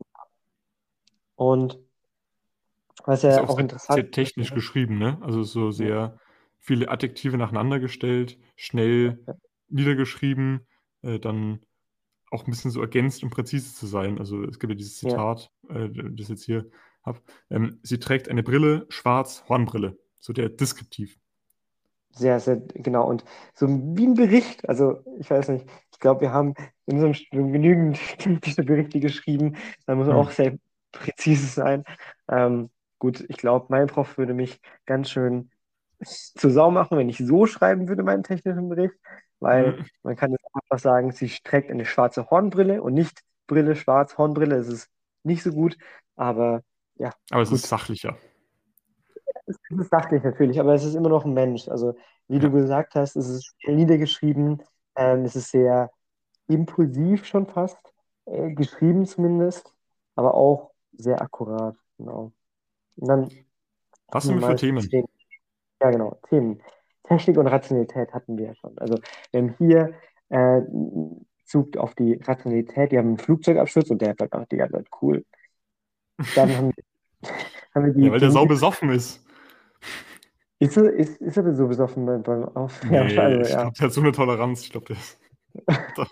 C: Und was
B: Ist
C: ja
B: auch
C: auch
B: sehr
C: interessant
B: sehr
C: ist,
B: technisch geschrieben, ne? Also, so
C: ja,
B: sehr viele Adjektive nacheinander gestellt,
C: ja,
B: schnell
C: ja,
B: niedergeschrieben, äh, dann auch ein bisschen so ergänzt, um präzise zu sein. Also, es gibt ja dieses
C: ja,
B: Zitat, äh, das ich jetzt hier habe. Ähm: „Sie trägt eine Brille, schwarz, Hornbrille." So der Deskriptiv.
C: sehr, sehr genau. Und so wie ein Bericht, also ich weiß nicht, ich glaube, wir haben in unserem Studium genügend typische Berichte geschrieben, da muss man auch
B: Mhm.
C: sehr präzise sein. Ähm, Gut, ich glaube, mein Prof würde mich ganz schön zur Sau machen, wenn ich so schreiben würde, meinen technischen Bericht, weil
B: Mhm.
C: man kann jetzt einfach sagen, sie trägt eine schwarze Hornbrille und nicht Brille, schwarz, Hornbrille. Es ist nicht so gut, aber ja,
B: Aber es ist
C: gut.
B: sachlicher.
C: Es ist sachlich natürlich, aber es ist immer noch ein Mensch. Also, wie du
B: Ja.
C: gesagt hast, es ist schnell niedergeschrieben, ähm, es ist sehr impulsiv schon fast, äh, geschrieben zumindest, aber auch sehr akkurat. Genau. Und dann
B: Was
C: haben
B: sind
C: wir
B: wir für
C: mal
B: Themen?
C: zehn, ja genau, Themen. Technik und Rationalität hatten wir ja schon. Also wir haben hier äh, Bezug auf die Rationalität, die haben einen Flugzeugabsturz und der bleibt auch die ganze Zeit cool. Dann haben wir, haben wir
B: Ja,
C: die
B: weil der sau
C: gegenüber.
B: besoffen ist.
C: Ist er, ist, ist er denn so besoffen beim, beim Auf? Ja,
B: Nee,
C: also
B: ich
C: ja.
B: glaube, der hat so eine Toleranz. Ich glaube, der ist, da-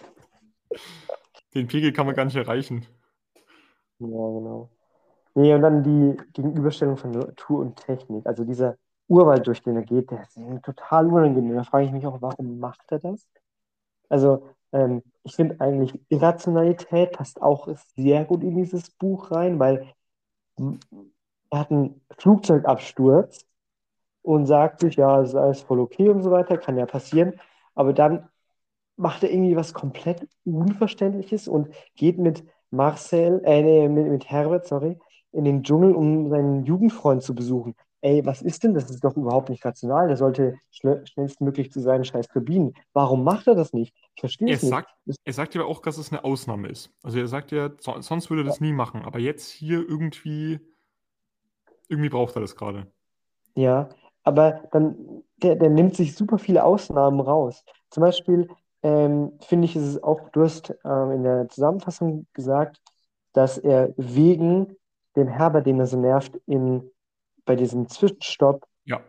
B: den Pegel kann man gar nicht erreichen.
C: Ja, genau. Nee, und dann die Gegenüberstellung von Natur und Technik. Also dieser Urwald, durch den er geht, der ist ihm total unangenehm. Da frage ich mich auch, warum macht er das? Also, ähm, ich finde eigentlich, Irrationalität passt auch sehr gut in dieses Buch rein, weil m, er hat einen Flugzeugabsturz und sagt sich, ja, es ist alles voll okay und so weiter, kann ja passieren. Aber dann macht er irgendwie was komplett Unverständliches und geht mit Marcel, äh, nee, mit, mit Herbert, sorry, in den Dschungel, um seinen Jugendfreund zu besuchen. Ey, was ist denn? Das ist doch überhaupt nicht rational. Der sollte schnell, schnellstmöglich zu seinen scheiß Turbinen. Warum macht er das nicht? Ich verstehe
B: Er
C: es nicht.
B: sagt,
C: Das,
B: er sagt ja auch, dass es eine Ausnahme ist. Also er sagt ja, so, sonst würde er das nie machen. Aber jetzt hier irgendwie, irgendwie braucht er das gerade.
C: ja, aber dann, der, der nimmt sich super viele Ausnahmen raus. Zum Beispiel ähm, finde ich, ist es auch, du hast ähm, in der Zusammenfassung gesagt, dass er wegen dem Herbert, den er so nervt, in, bei diesem Zwischenstopp
B: Ja.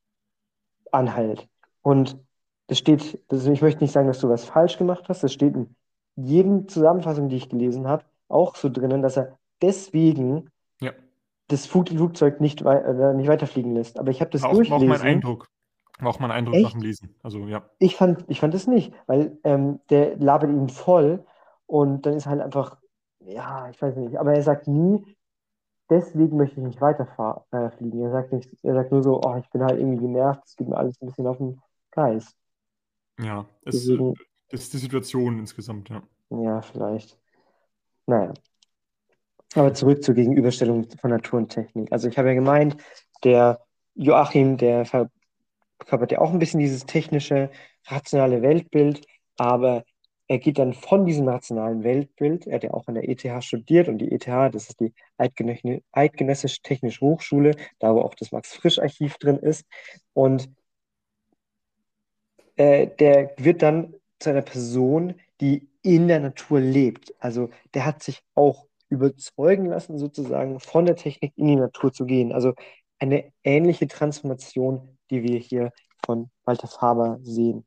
C: anhält. Und das steht, das, ich möchte nicht sagen, dass du was falsch gemacht hast, das steht in jedem Zusammenfassung, die ich gelesen habe, auch so drinnen, dass er deswegen
B: Ja.
C: das Flug- Flugzeug nicht, wei äh, nicht weiterfliegen lässt. Aber ich habe das
B: War auch, war auch mein
C: durchgelesen.
B: Eindruck. War auch mein Eindruck nach dem
C: Echt?
B: Lesen. Also ja.
C: Ich fand, ich fand es nicht, weil ähm, der labert ihn voll und dann ist halt einfach, ja, ich weiß nicht, aber er sagt nie, deswegen möchte ich nicht weiterfliegen. Äh, fliegen. Er sagt nicht, er sagt nur so, oh, ich bin halt irgendwie genervt, es geht mir alles ein bisschen auf den Geist.
B: Ja. Es äh,
C: Deswegen,
B: ist die Situation insgesamt, ja.
C: ja, vielleicht. Naja, aber zurück zur Gegenüberstellung von Natur und Technik. Also ich habe ja gemeint, der Joachim, der verkörpert ja auch ein bisschen dieses technische, rationale Weltbild, aber er geht dann von diesem rationalen Weltbild, er hat ja auch an der E T H studiert und die E T H, das ist die Eidgenö- Eidgenössische Technische Hochschule, da wo auch das Max-Frisch-Archiv drin ist. Und äh, der wird dann zu einer Person, die in der Natur lebt. Also der hat sich auch überzeugen lassen, sozusagen von der Technik in die Natur zu gehen. Also eine ähnliche Transformation, die wir hier von Walter Faber sehen.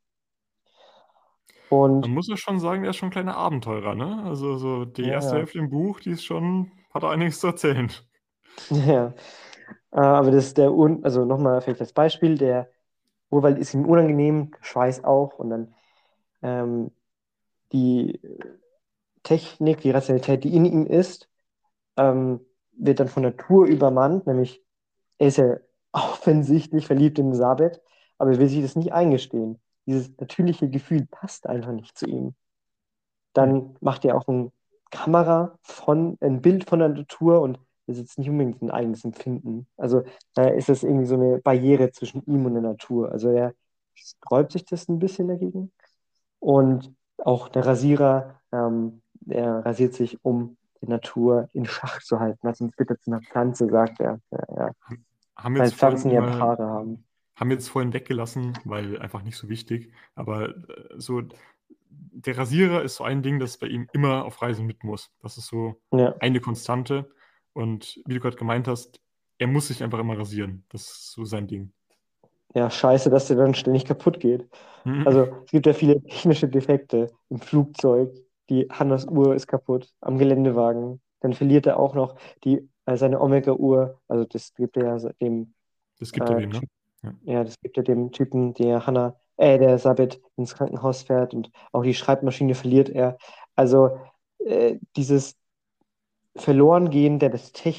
B: Man
C: Und
B: muss ja schon sagen, der ist schon ein kleiner Abenteurer, ne? Also so die
C: ja,
B: erste
C: ja,
B: Hälfte im Buch, die ist schon, hat er einiges zu erzählen.
C: ja. Äh, aber das ist der, Un also nochmal vielleicht als Beispiel, der Urwald ist ihm unangenehm, der Schweiß auch und dann ähm, die Technik, die Rationalität, die in ihm ist, ähm, wird dann von Natur übermannt, nämlich er ist ja offensichtlich verliebt in Sabet, aber er will sich das nicht eingestehen. Dieses natürliche Gefühl passt einfach nicht zu ihm.
B: Hm.
C: Dann macht er auch eine Kamera von, ein Bild von der Natur und das ist jetzt nicht unbedingt ein eigenes Empfinden. Also da ist das irgendwie so eine Barriere zwischen ihm und der Natur. Also er sträubt sich das ein bisschen dagegen. Und auch der Rasierer, ähm, der rasiert sich, um die Natur in Schach zu halten. Also sonst wird er zu einer Pflanze, sagt er. Ja, ja.
B: Haben wir
C: Weil
B: jetzt
C: Pflanzen
B: vorhin
C: ja
B: mal,
C: Paare haben.
B: haben wir jetzt vorhin weggelassen, weil einfach nicht so wichtig. Aber äh, so, der Rasierer ist so ein Ding, das bei ihm immer auf Reisen mit muss. Das ist so
C: Ja,
B: eine Konstante. Und wie du gerade gemeint hast, er muss sich einfach immer rasieren. Das ist so sein Ding.
C: ja, scheiße, dass der dann ständig kaputt geht.
B: Mhm.
C: Also es gibt ja viele technische Defekte im Flugzeug. Die Hannas Uhr ist kaputt, am Geländewagen. Dann verliert er auch noch die, äh, seine Omega-Uhr. Also das gibt er ja dem,
B: Das gibt er
C: äh,
B: wem, ne?
C: Typ,
B: Ja.
C: ja, das gibt er dem Typen, der Hannah, äh, der Sabit ins Krankenhaus fährt und auch die Schreibmaschine verliert er. Also äh, dieses Verlorengehen der des Technik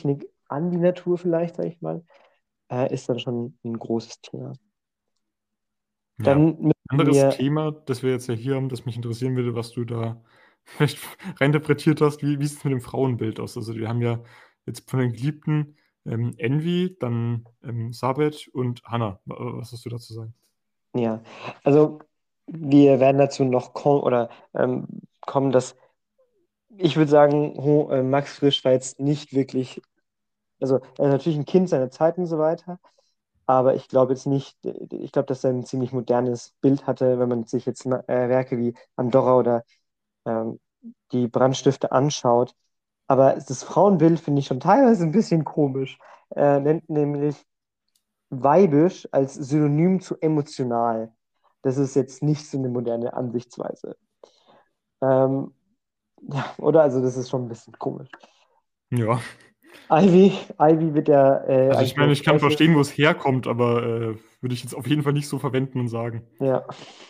C: an die Natur vielleicht, sage ich mal, äh, ist dann schon ein großes Thema.
B: Ja.
C: Dann müssen
B: Anderes
C: wir,
B: Thema, das wir jetzt ja hier haben, das mich interessieren würde, was du da vielleicht reininterpretiert hast. Wie, wie sieht es mit dem Frauenbild aus? Also wir haben ja jetzt von den Geliebten ähm, Envy, dann ähm, Sabet und Hannah. Wa- Was hast du dazu sagen?
C: ja, also wir werden dazu noch kommen oder ähm, kommen, dass ich würde sagen, Ho, äh, Max Frisch war jetzt nicht wirklich, also er ist natürlich ein Kind seiner Zeit und so weiter, aber ich glaube jetzt nicht, ich glaube, dass er ein ziemlich modernes Bild hatte, wenn man sich jetzt äh, Werke wie Andorra oder ähm, die Brandstifte anschaut. Aber das Frauenbild finde ich schon teilweise ein bisschen komisch. Er nennt nämlich weibisch als Synonym zu emotional. Das ist jetzt nicht so eine moderne Ansichtsweise. Ähm, ja, oder? Also das ist schon ein bisschen komisch.
B: Ja,
C: Ivy, Ivy wird ja äh,
B: also ich
C: eigentlich
B: meine,
C: nur
B: ich
C: aufs
B: kann verstehen, wo
C: Äußerste.
B: es herkommt, aber äh, würde ich jetzt auf jeden Fall nicht so verwenden und sagen.
C: Ja,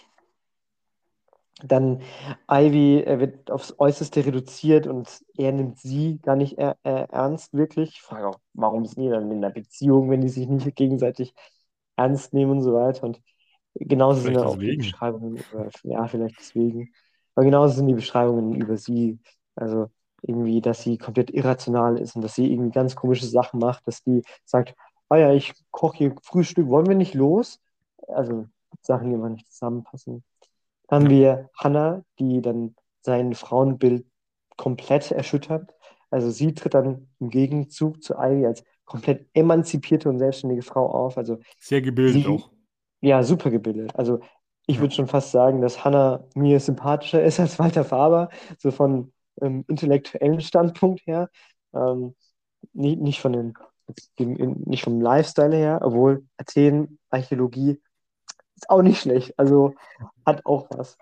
C: dann Ivy äh, wird aufs Äußerste reduziert und er nimmt sie gar nicht äh, äh, ernst, wirklich. Ich frage auch, warum sind die dann in einer Beziehung, wenn die sich nicht gegenseitig ernst nehmen und so weiter. Und genauso sind
B: Vielleicht
C: dann auch die
B: deswegen.
C: Beschreibungen über, ja, vielleicht deswegen. Aber genauso sind die Beschreibungen über sie. Also irgendwie, dass sie komplett irrational ist und dass sie irgendwie ganz komische Sachen macht, dass die sagt, ah ja, ich koche hier Frühstück, wollen wir nicht los? Also Sachen, die immer nicht zusammenpassen. Haben
B: Ja,
C: wir Hannah, die dann sein Frauenbild komplett erschüttert. Also sie tritt dann im Gegenzug zu Ivy als komplett emanzipierte und selbstständige Frau auf. Also
B: sehr gebildet
C: sie,
B: auch.
C: ja, super gebildet. Also ich
B: Ja,
C: würde schon fast sagen, dass Hannah mir sympathischer ist als Walter Faber, so von ähm, intellektuellen Standpunkt her. Ähm, nicht, nicht von den, dem, nicht vom Lifestyle her, obwohl Athen, Archäologie ist auch nicht schlecht. Also hat auch was.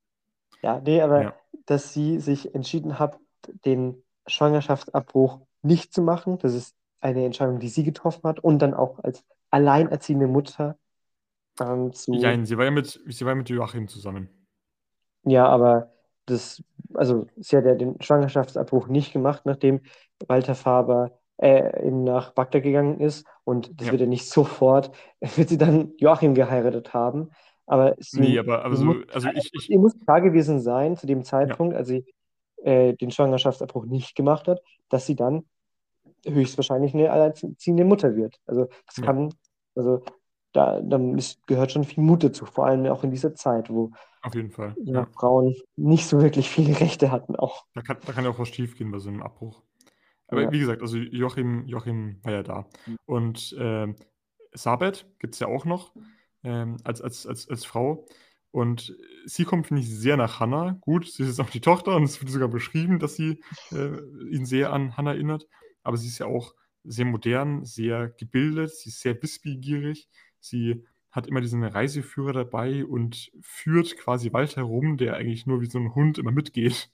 C: Ja, nee, aber
B: ja.
C: dass sie sich entschieden hat, den Schwangerschaftsabbruch nicht zu machen, das ist eine Entscheidung, die sie getroffen hat und dann auch als alleinerziehende Mutter ähm, zu,
B: Jein, sie war ja mit, sie war ja mit Joachim zusammen.
C: ja, aber das, also sie hat ja den Schwangerschaftsabbruch nicht gemacht, nachdem Walter Faber äh, in, nach Bagdad gegangen ist und das
B: Ja.
C: wird ja nicht sofort, wird sie dann Joachim geheiratet haben, aber sie,
B: Nee, aber
C: ihr muss,
B: also, also ich, ich,
C: ihr muss klar gewesen sein zu dem
B: ja,
C: Zeitpunkt, als sie äh, den Schwangerschaftsabbruch nicht gemacht hat, dass sie dann höchstwahrscheinlich eine alleinerziehende Mutter wird. Also das
B: ja,
C: kann, also da, da ist, gehört schon viel Mut dazu, vor allem auch in dieser Zeit, wo
B: auf jeden Fall.
C: ja,
B: Ja.
C: Frauen nicht so wirklich viele Rechte hatten auch.
B: Da kann, da kann ja auch was schiefgehen bei so einem Abbruch. Aber
C: Ja,
B: wie gesagt, also Joachim, Joachim war ja da. Und ähm, Sabet gibt es ja auch noch ähm, als, als, als, als Frau. Und sie kommt, finde ich, sehr nach Hannah. Gut, sie ist auch die Tochter und es wird sogar beschrieben, dass sie äh, ihn sehr an Hannah erinnert. Aber sie ist ja auch sehr modern, sehr gebildet, sie ist sehr wissbegierig. Sie hat immer diesen Reiseführer dabei und führt quasi Walter rum, der eigentlich nur wie so ein Hund immer mitgeht.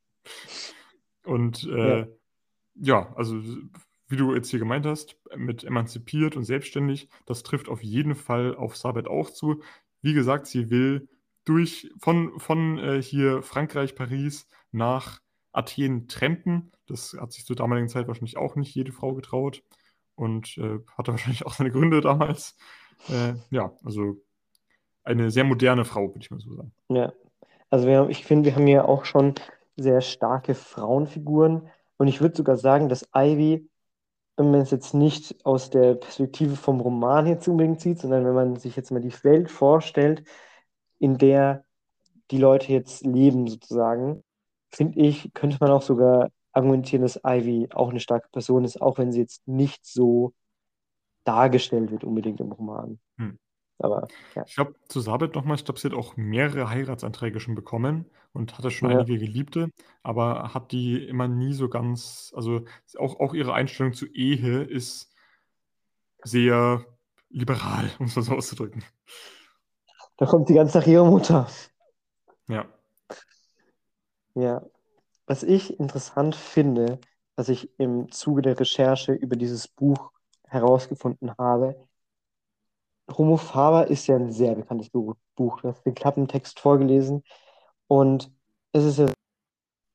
B: Und
C: ja,
B: äh, ja, also wie du jetzt hier gemeint hast, mit emanzipiert und selbstständig, das trifft auf jeden Fall auf Sabet auch zu. Wie gesagt, sie will durch von, von äh, hier Frankreich, Paris nach Athen trampen. Das hat sich zur damaligen Zeit wahrscheinlich auch nicht jede Frau getraut und äh, hatte wahrscheinlich auch seine Gründe damals. Äh, ja, also eine sehr moderne Frau, würde ich mal so sagen.
C: ja. Also wir haben, ich finde, wir haben hier auch schon sehr starke Frauenfiguren. Und ich würde sogar sagen, dass Ivy, wenn man es jetzt nicht aus der Perspektive vom Roman jetzt unbedingt sieht, sondern wenn man sich jetzt mal die Welt vorstellt, in der die Leute jetzt leben, sozusagen, finde ich, könnte man auch sogar argumentieren, dass Ivy auch eine starke Person ist, auch wenn sie jetzt nicht so dargestellt wird unbedingt im Roman.
B: Hm.
C: Aber ja,
B: Ich glaube, zu Sabet nochmal, ich glaube, sie hat auch mehrere Heiratsanträge schon bekommen und hatte schon
C: ja,
B: einige Geliebte, aber hat die immer nie so ganz, also auch, auch ihre Einstellung zur Ehe ist sehr liberal, um es mal so auszudrücken.
C: da kommt die ganze nach ihrer Mutter.
B: Ja,
C: Ja, was ich interessant finde, was ich im Zuge der Recherche über dieses Buch herausgefunden habe, Homo Faber ist ja ein sehr bekanntes Bu- Buch. Du hast den Klappentext vorgelesen und es ist ja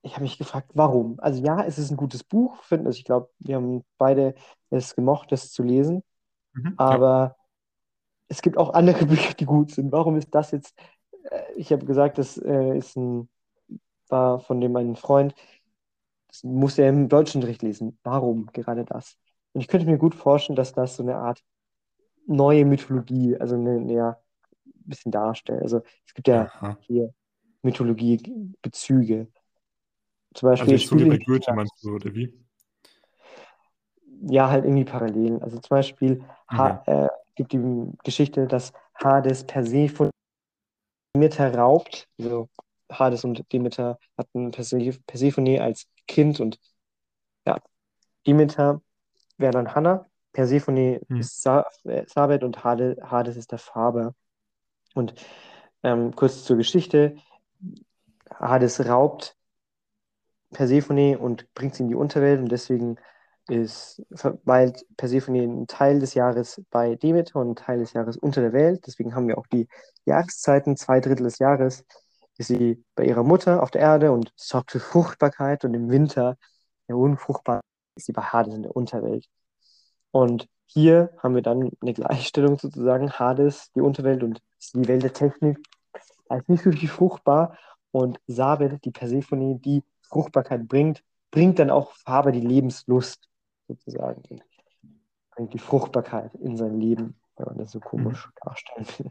C: ich habe mich gefragt, warum? Also ja, es ist ein gutes Buch, finde ich. Ich glaube, wir haben beide es gemocht, das zu lesen.
B: Mhm. Ja.
C: Aber es gibt auch andere Bücher, die gut sind. Warum ist das jetzt? Äh, ich habe gesagt, das äh, ist ein, war von dem einen Freund, das musste er im Deutschunterricht lesen. Warum gerade das? Und ich könnte mir gut vorstellen, dass das so eine Art neue Mythologie, also eine, eine ja, ein bisschen darstellt. Also es gibt ja
B: Aha.
C: hier Mythologie-Bezüge. Zum
B: Also
C: Beispiel
B: jetzt so wie
C: spiele
B: bei
C: in
B: Goethe
C: Griechenland.
B: meinst du, oder wie?
C: Ja, halt irgendwie Parallelen. Also zum Beispiel
B: Okay.
C: ha äh, gibt die Geschichte, dass Hades Persephone Demeter raubt. Also Hades und Demeter hatten Perse Persephone als Kind und ja, Demeter wäre dann Hannah, Persephone
B: Hm.
C: ist Sa äh, Sabet und Hade Hades ist der Faber. Und ähm, kurz zur Geschichte: Hades raubt Persephone und bringt sie in die Unterwelt und deswegen ist, verweilt Persephone einen Teil des Jahres bei Demeter und einen Teil des Jahres unter der Welt. Deswegen haben wir auch die Jahreszeiten, zwei Drittel des Jahres ist sie bei ihrer Mutter auf der Erde und sorgt für Fruchtbarkeit und im Winter, der Unfruchtbarkeit, ist sie bei Hades in der Unterwelt. Und hier haben wir dann eine Gleichstellung sozusagen, Hades, die Unterwelt und die Welt der Technik, als nicht wirklich fruchtbar. Und Sabet, die Persephone, die Fruchtbarkeit bringt, bringt dann auch Faber die Lebenslust sozusagen. Und bringt die Fruchtbarkeit in sein Leben, wenn man das so
B: Mhm.
C: komisch darstellen will.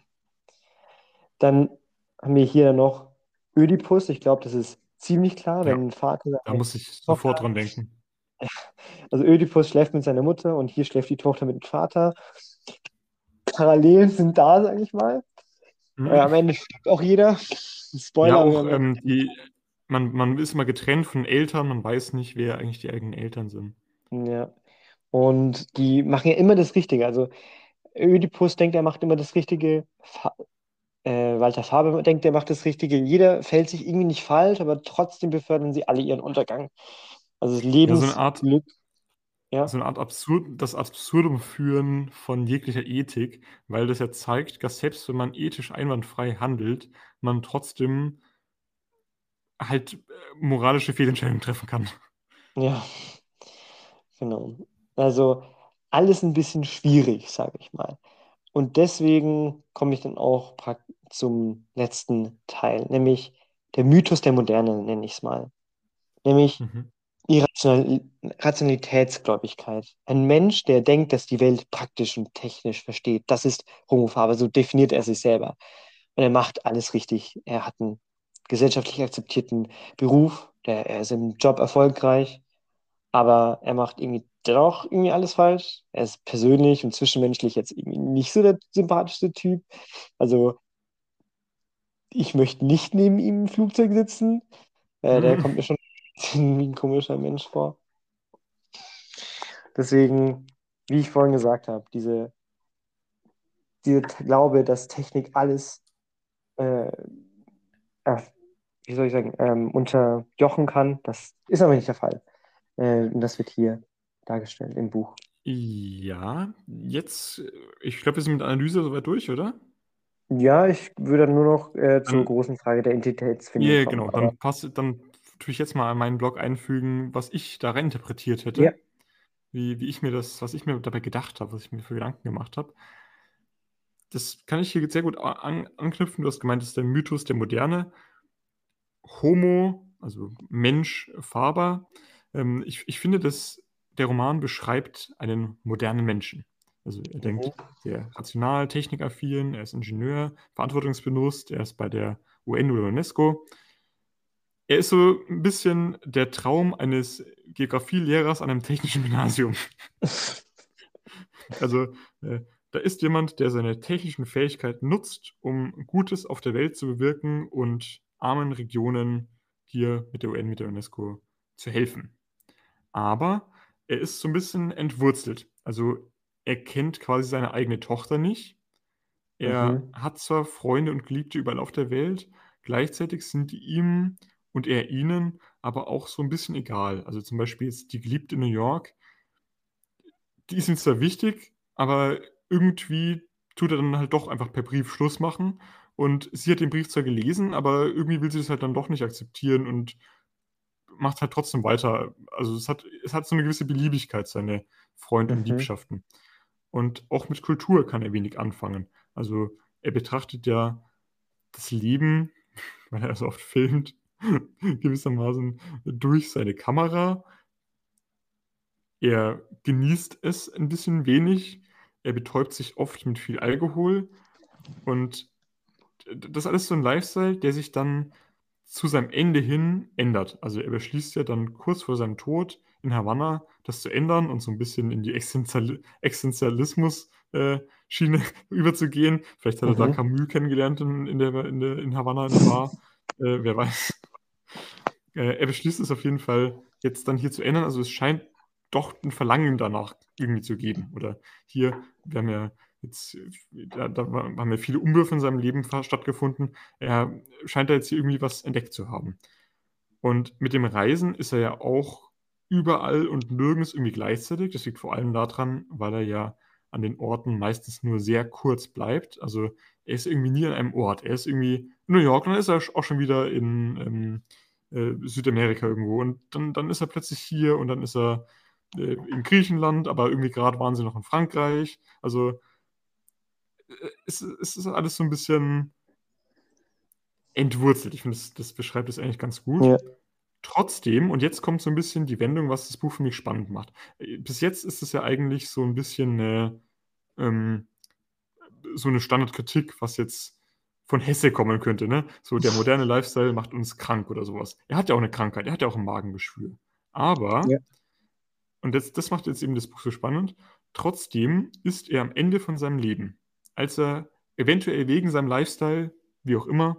C: Dann haben wir hier noch Ödipus. Ich glaube, das ist ziemlich klar,
B: Ja,
C: wenn ein Vater
B: da
C: seine
B: muss ich
C: Tochter,
B: sofort dran denken.
C: also Ödipus schläft mit seiner Mutter und hier schläft die Tochter mit dem Vater. Parallelen sind da, sage ich mal. Äh,
B: Mhm.
C: am Ende stirbt auch jeder.
B: Ja,
C: Spoiler, aber
B: auch
C: am Ende.
B: ähm, die, man, man ist immer getrennt von Eltern, man weiß nicht, wer eigentlich die eigenen Eltern sind.
C: Ja. Und die machen ja immer das Richtige. Also Ödipus denkt, er macht immer das Richtige. Fa äh, Walter Faber denkt, er macht das Richtige. Jeder fällt sich irgendwie nicht falsch, aber trotzdem befördern sie alle ihren Untergang. Also das
B: Ja, so eine Art,
C: Lebensglück, ja.
B: so eine Art absurd, das Absurdum führen von jeglicher Ethik, weil das ja zeigt, dass selbst wenn man ethisch einwandfrei handelt, man trotzdem halt äh, moralische Fehlentscheidungen treffen kann.
C: Ja, genau. Also alles ein bisschen schwierig, sage ich mal. Und deswegen komme ich dann auch prak- zum letzten Teil, nämlich der Mythos der Moderne, nenne ich es mal. Nämlich
B: Mhm.
C: Irrational Rationalitätsgläubigkeit. Ein Mensch, der denkt, dass die Welt praktisch und technisch versteht, das ist Homo Faber, so definiert er sich selber. Und er macht alles richtig. Er hat einen gesellschaftlich akzeptierten Beruf, der, er ist im Job erfolgreich, aber er macht irgendwie doch irgendwie alles falsch. Er ist persönlich und zwischenmenschlich jetzt irgendwie nicht so der sympathischste Typ. Also ich möchte nicht neben ihm im Flugzeug sitzen. Äh, der
B: Mhm.
C: kommt mir schon ein bisschen wie ein komischer Mensch vor. Deswegen, wie ich vorhin gesagt habe, diese, dieser Glaube, dass Technik alles, äh, äh, wie soll ich sagen, ähm, unterjochen kann, das ist aber nicht der Fall. Äh, und das wird hier dargestellt im Buch.
B: Ja, jetzt, äh, ich glaube, wir sind mit der Analyse soweit durch, oder?
C: Ja, ich würde dann nur noch äh, zur
B: Dann,
C: großen Frage der Identitätsfindung
B: ja,
C: kommen.
B: genau,
C: Aber
B: dann passt, dann tue ich jetzt mal an meinen Blog einfügen, was ich da rein interpretiert
C: ja,
B: hätte, wie, wie ich mir das, was ich mir dabei gedacht habe, was ich mir für Gedanken gemacht habe. Das kann ich hier sehr gut a- an, anknüpfen. Du hast gemeint, das ist der Mythos der Moderne. Homo, also Mensch, Faber. Ähm, ich, ich finde, dass der Roman beschreibt einen modernen Menschen. Also er denkt
C: mhm,
B: sehr rational, technikaffin, er ist Ingenieur, verantwortungsbewusst, er ist bei der U N oder UNESCO. Er ist so ein bisschen der Traum eines Geografielehrers an einem technischen Gymnasium. Also äh, da ist jemand, der seine technischen Fähigkeiten nutzt, um Gutes auf der Welt zu bewirken und armen Regionen hier mit der U N, mit der UNESCO zu helfen. Aber er ist so ein bisschen entwurzelt. Also er kennt quasi seine eigene Tochter nicht. Er
C: mhm,
B: hat zwar Freunde und Geliebte überall auf der Welt, gleichzeitig sind die ihm und er ihnen aber auch so ein bisschen egal. Also zum Beispiel jetzt die Geliebte in New York, die ist ihm zwar wichtig, aber irgendwie tut er dann halt doch einfach per Brief Schluss machen. Und sie hat den Brief zwar gelesen, aber irgendwie will sie das halt dann doch nicht akzeptieren und macht halt trotzdem weiter. Also es hat, es hat so eine gewisse Beliebigkeit, seine Freunde und
C: Mhm.
B: Liebschaften. Und auch mit Kultur kann er wenig anfangen. Also er betrachtet ja das Leben, weil er so oft filmt, gewissermaßen durch seine Kamera. Er genießt es ein bisschen wenig. Er betäubt sich oft mit viel Alkohol. Und das ist alles so ein Lifestyle, der sich dann zu seinem Ende hin ändert. Also er beschließt ja dann kurz vor seinem Tod in Havanna, das zu ändern und so ein bisschen in die Existenzial Existenzialismus-Schiene überzugehen. Vielleicht hat er da
C: Mhm.
B: Camus kennengelernt in, in, der, in, der, in Havanna in der Bar. Äh, wer weiß. Äh, er beschließt es auf jeden Fall jetzt dann hier zu ändern. Also es scheint doch ein Verlangen danach irgendwie zu geben. Oder hier, wir haben ja jetzt, da, da haben ja viele Umwürfe in seinem Leben fa- stattgefunden. Er scheint da jetzt hier irgendwie was entdeckt zu haben. Und mit dem Reisen ist er ja auch überall und nirgends irgendwie gleichzeitig. Das liegt vor allem daran, weil er ja an den Orten meistens nur sehr kurz bleibt. Also er ist irgendwie nie an einem Ort. Er ist irgendwie in New York, dann ist er auch schon wieder in ähm, äh, Südamerika irgendwo. Und dann, dann ist er plötzlich hier und dann ist er äh, in Griechenland, aber irgendwie gerade waren sie noch in Frankreich. Also äh, es, es ist alles so ein bisschen entwurzelt. Ich finde, das, das beschreibt es eigentlich ganz gut.
C: Ja.
B: Trotzdem, und jetzt kommt so ein bisschen die Wendung, was das Buch für mich spannend macht. Äh, Bis jetzt ist es ja eigentlich so ein bisschen eine, ähm, so eine Standardkritik, was jetzt von Hesse kommen könnte, ne? So, der moderne Lifestyle macht uns krank oder sowas. Er hat ja auch eine Krankheit, er hat ja auch ein Magengeschwür. Aber,
C: Ja.
B: und das, das macht jetzt eben das Buch so spannend, trotzdem ist er am Ende von seinem Leben, als er eventuell wegen seinem Lifestyle, wie auch immer,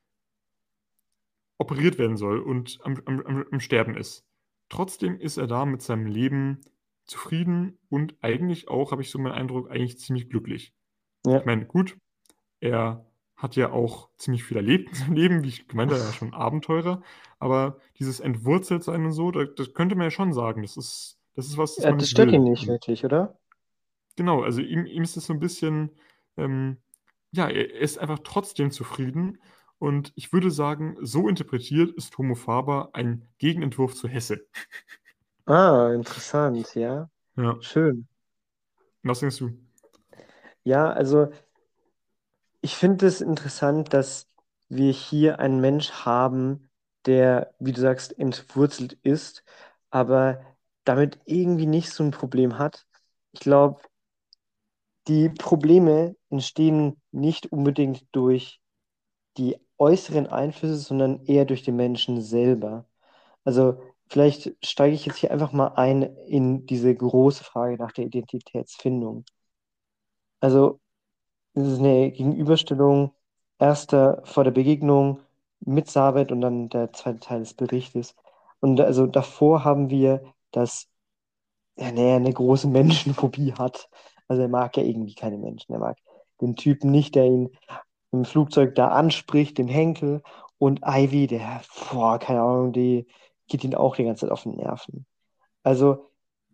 B: operiert werden soll und am, am, am, am Sterben ist. Trotzdem ist er da mit seinem Leben zufrieden und eigentlich auch, habe ich so meinen Eindruck, eigentlich ziemlich glücklich. Ich
C: Ja.
B: meine, gut, er hat ja auch ziemlich viel erlebt in seinem Leben, wie ich gemeint habe, er war schon Abenteurer, aber dieses Entwurzeltsein und so, da, das könnte man ja schon sagen, das ist, das ist was, das
C: Ja,
B: man
C: das
B: nicht
C: stört ihn
B: will.
C: nicht
B: Und
C: wirklich, oder?
B: genau, also ihm, ihm ist es so ein bisschen, ähm, ja, er er ist einfach trotzdem zufrieden. Und ich würde sagen, so interpretiert ist Homo Faber ein Gegenentwurf zu Hesse.
C: Ah, interessant, ja.
B: Ja,
C: Schön.
B: was denkst du?
C: Ja, also ich finde es interessant, dass wir hier einen Mensch haben, der, wie du sagst, entwurzelt ist, aber damit irgendwie nicht so ein Problem hat. Ich glaube, die Probleme entstehen nicht unbedingt durch die äußeren Einflüsse, sondern eher durch den Menschen selber. Also vielleicht steige ich jetzt hier einfach mal ein in diese große Frage nach der Identitätsfindung. Also es ist eine Gegenüberstellung erster vor der Begegnung mit Sabet und dann der zweite Teil des Berichtes. Und also davor haben wir, dass er nee, eine große Menschenphobie hat. Also er mag ja irgendwie keine Menschen. Er mag den Typen nicht, der ihn im Flugzeug da anspricht, den Henkel. Und Ivy, der, boah, keine Ahnung, die geht ihn auch die ganze Zeit auf den Nerven. Also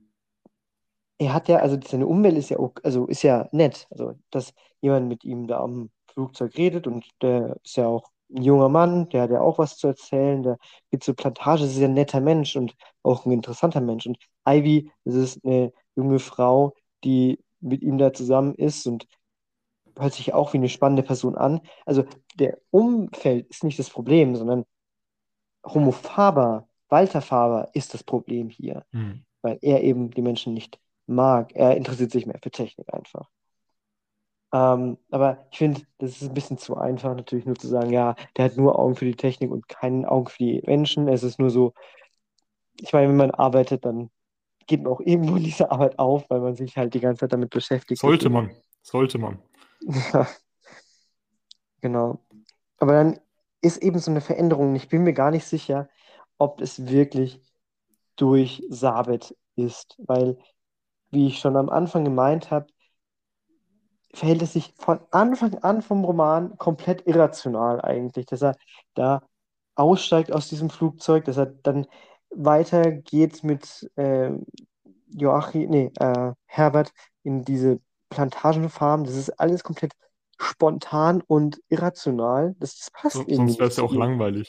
C: er hat ja, also seine Umwelt ist ja, ok- also ist ja nett. Also, dass jemand mit ihm da am Flugzeug redet und der ist ja auch ein junger Mann, der hat ja auch was zu erzählen, der geht zur Plantage, das ist ja ein netter Mensch und auch ein interessanter Mensch. Und Ivy, das ist eine junge Frau, die mit ihm da zusammen ist und hört sich auch wie eine spannende Person an. Also der Umfeld ist nicht das Problem, sondern Homo Faber, Walter Faber ist das Problem hier,
B: Hm.
C: weil er eben die Menschen nicht mag. Er interessiert sich mehr für Technik einfach. Ähm, aber ich finde, das ist ein bisschen zu einfach, natürlich nur zu sagen, ja, der hat nur Augen für die Technik und keine Augen für die Menschen. Es ist nur so, ich meine, wenn man arbeitet, dann geht man auch irgendwo in dieser Arbeit auf, weil man sich halt die ganze Zeit damit beschäftigt.
B: Sollte
C: Deswegen,
B: man, sollte man.
C: ja, genau. Aber dann ist eben so eine Veränderung. Ich bin mir gar nicht sicher, ob es wirklich durch Sabet ist, weil, wie ich schon am Anfang gemeint habe, verhält es sich von Anfang an vom Roman komplett irrational eigentlich, dass er da aussteigt aus diesem Flugzeug, dass er dann weitergeht mit äh, Joachim, nee, äh, Herbert in diese Plantagenfarm. Das ist alles komplett spontan und irrational. Das, das passt
B: So,
C: irgendwie
B: sonst wäre
C: nicht
B: es ja
C: zu
B: auch
C: ihm.
B: langweilig.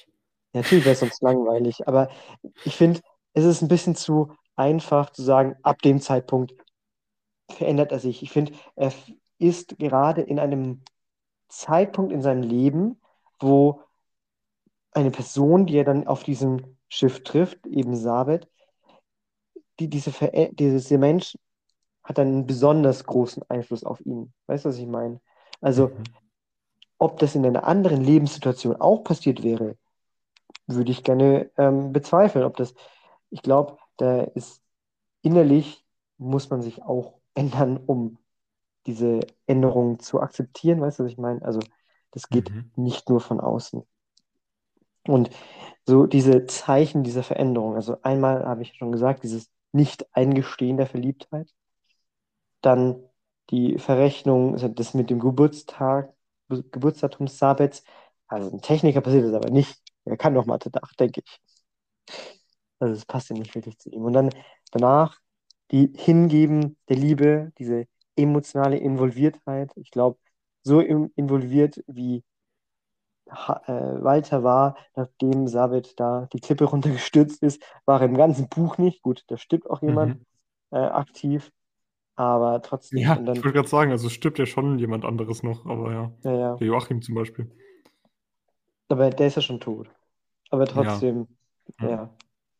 C: Ja, natürlich wäre es sonst langweilig, aber ich finde, es ist ein bisschen zu einfach zu sagen, ab dem Zeitpunkt verändert er sich. Ich finde, er f- ist gerade in einem Zeitpunkt in seinem Leben, wo eine Person, die er dann auf diesem Schiff trifft, eben Sabet, die, diese, Verä- dieser Mensch hat dann einen besonders großen Einfluss auf ihn. Weißt du, was ich meine? Also,
B: Mhm.
C: ob das in einer anderen Lebenssituation auch passiert wäre, würde ich gerne ähm, bezweifeln. Ob das, ich glaube, da ist innerlich muss man sich auch ändern, um diese Änderungen zu akzeptieren. Weißt du, was ich meine? Also, das geht
B: Mhm.
C: nicht nur von außen. Und so diese Zeichen dieser Veränderung, also einmal habe ich schon gesagt, dieses Nicht-Eingestehen der Verliebtheit, dann die Verrechnung, also das mit dem Geburtstag, Ge- Geburtsdatum Sabets, also ein Techniker passiert das aber nicht. Er kann doch Mathe, denke ich. Also es passt ja nicht wirklich zu ihm. Und dann danach die Hingeben der Liebe, diese emotionale Involviertheit. Ich glaube, so im- involviert wie Ha- äh, Walter war, nachdem Sabet da die Klippe runtergestürzt ist, war er im ganzen Buch nicht. Gut, da stirbt auch jemand
B: Mhm.
C: äh, aktiv, aber trotzdem.
B: Ja,
C: Und
B: ich
C: dann,
B: wollte gerade sagen, also es stirbt ja schon jemand anderes noch, aber ja.
C: ja, ja,
B: Der Joachim zum Beispiel.
C: aber der ist ja schon tot. Aber
B: Ja.
C: trotzdem,
B: Ja.
C: ja.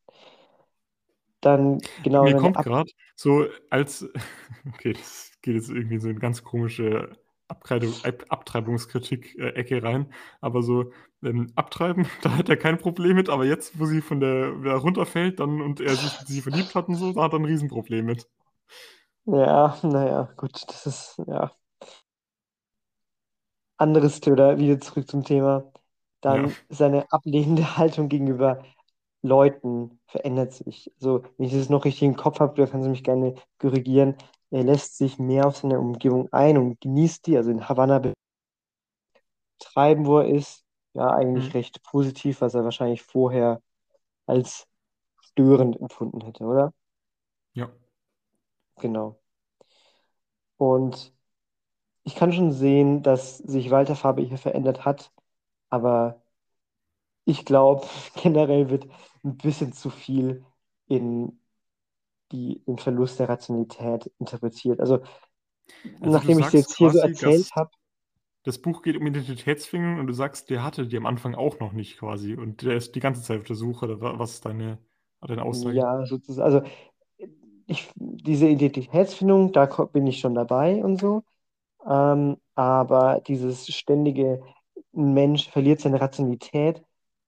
C: Dann genau
B: Mir
C: seine
B: kommt
C: Ab.
B: gerade so als, okay, das geht jetzt irgendwie so in ganz komische Abtreibung, Ab Abtreibungskritik-Ecke rein, aber so ähm, abtreiben, da hat er kein Problem mit, aber jetzt, wo sie von der wieder runterfällt dann und er sich in sie verliebt hat und so, da hat er ein Riesenproblem mit.
C: Ja, naja, gut, das ist ja anderes Thema, wieder zurück zum Thema.
B: Ja.
C: Dann seine ablehnende Haltung gegenüber Leuten verändert sich. Also, wenn ich das noch richtig im Kopf habe, da kannst du mich gerne korrigieren. Er lässt sich mehr auf seine Umgebung ein und genießt die. Also in Havanna betreiben, wo er ist, ja,
B: Hm.
C: eigentlich recht positiv, was er wahrscheinlich vorher als störend empfunden hätte, oder?
B: Ja.
C: Genau. Und ich kann schon sehen, dass sich Walter Faber hier verändert hat, aber ich glaube, generell wird ein bisschen zu viel in die, den Verlust der Rationalität interpretiert. Also,
B: Also du
C: nachdem ich es
B: sagst
C: jetzt hier so
B: quasi,
C: erzählt
B: dass
C: habe,
B: das Buch geht um Identitätsfindung und du sagst, der hatte die am Anfang auch noch nicht quasi und der ist die ganze Zeit auf der Suche, oder wa- was ist deine, deine Aussage?
C: ja, sozusagen, also ich, diese Identitätsfindung, da ko- bin ich schon dabei und so, ähm, aber dieses ständige, ein Mensch verliert seine Rationalität,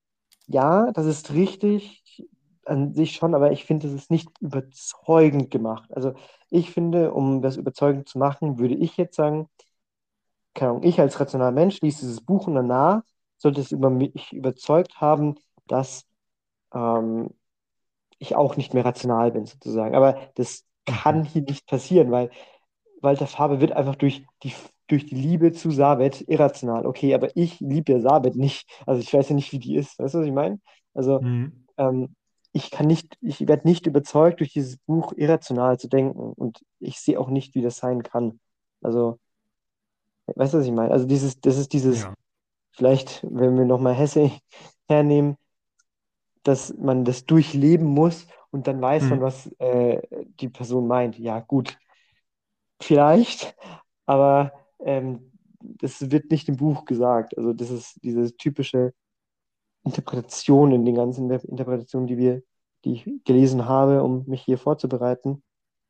C: ja, das ist richtig an sich schon, aber ich finde, das ist nicht überzeugend gemacht. Also ich finde, um das überzeugend zu machen, würde ich jetzt sagen, keine Ahnung, ich als rationaler Mensch lese dieses Buch und danach sollte es über mich überzeugt haben, dass ähm, ich auch nicht mehr rational bin, sozusagen. Aber das
B: Mhm.
C: kann hier nicht passieren, weil Walter Faber wird einfach durch die, durch die Liebe zu Sabet irrational. Okay, aber ich liebe ja Sabet nicht. Also ich weiß ja nicht, wie die ist. Weißt du, was ich meine? Also
B: Mhm.
C: ähm, ich kann nicht, ich werde nicht überzeugt, durch dieses Buch irrational zu denken. Und ich sehe auch nicht, wie das sein kann. Also, weißt du, was ich meine? Also dieses, das ist dieses,
B: Ja.
C: vielleicht, wenn wir nochmal Hesse hernehmen, dass man das durchleben muss und dann weiß man,
B: Mhm.
C: was äh, die Person meint. Ja, gut, vielleicht, aber ähm, das wird nicht im Buch gesagt. Also das ist diese typische Interpretation in den ganzen Interpretationen, die wir, die ich gelesen habe, um mich hier vorzubereiten,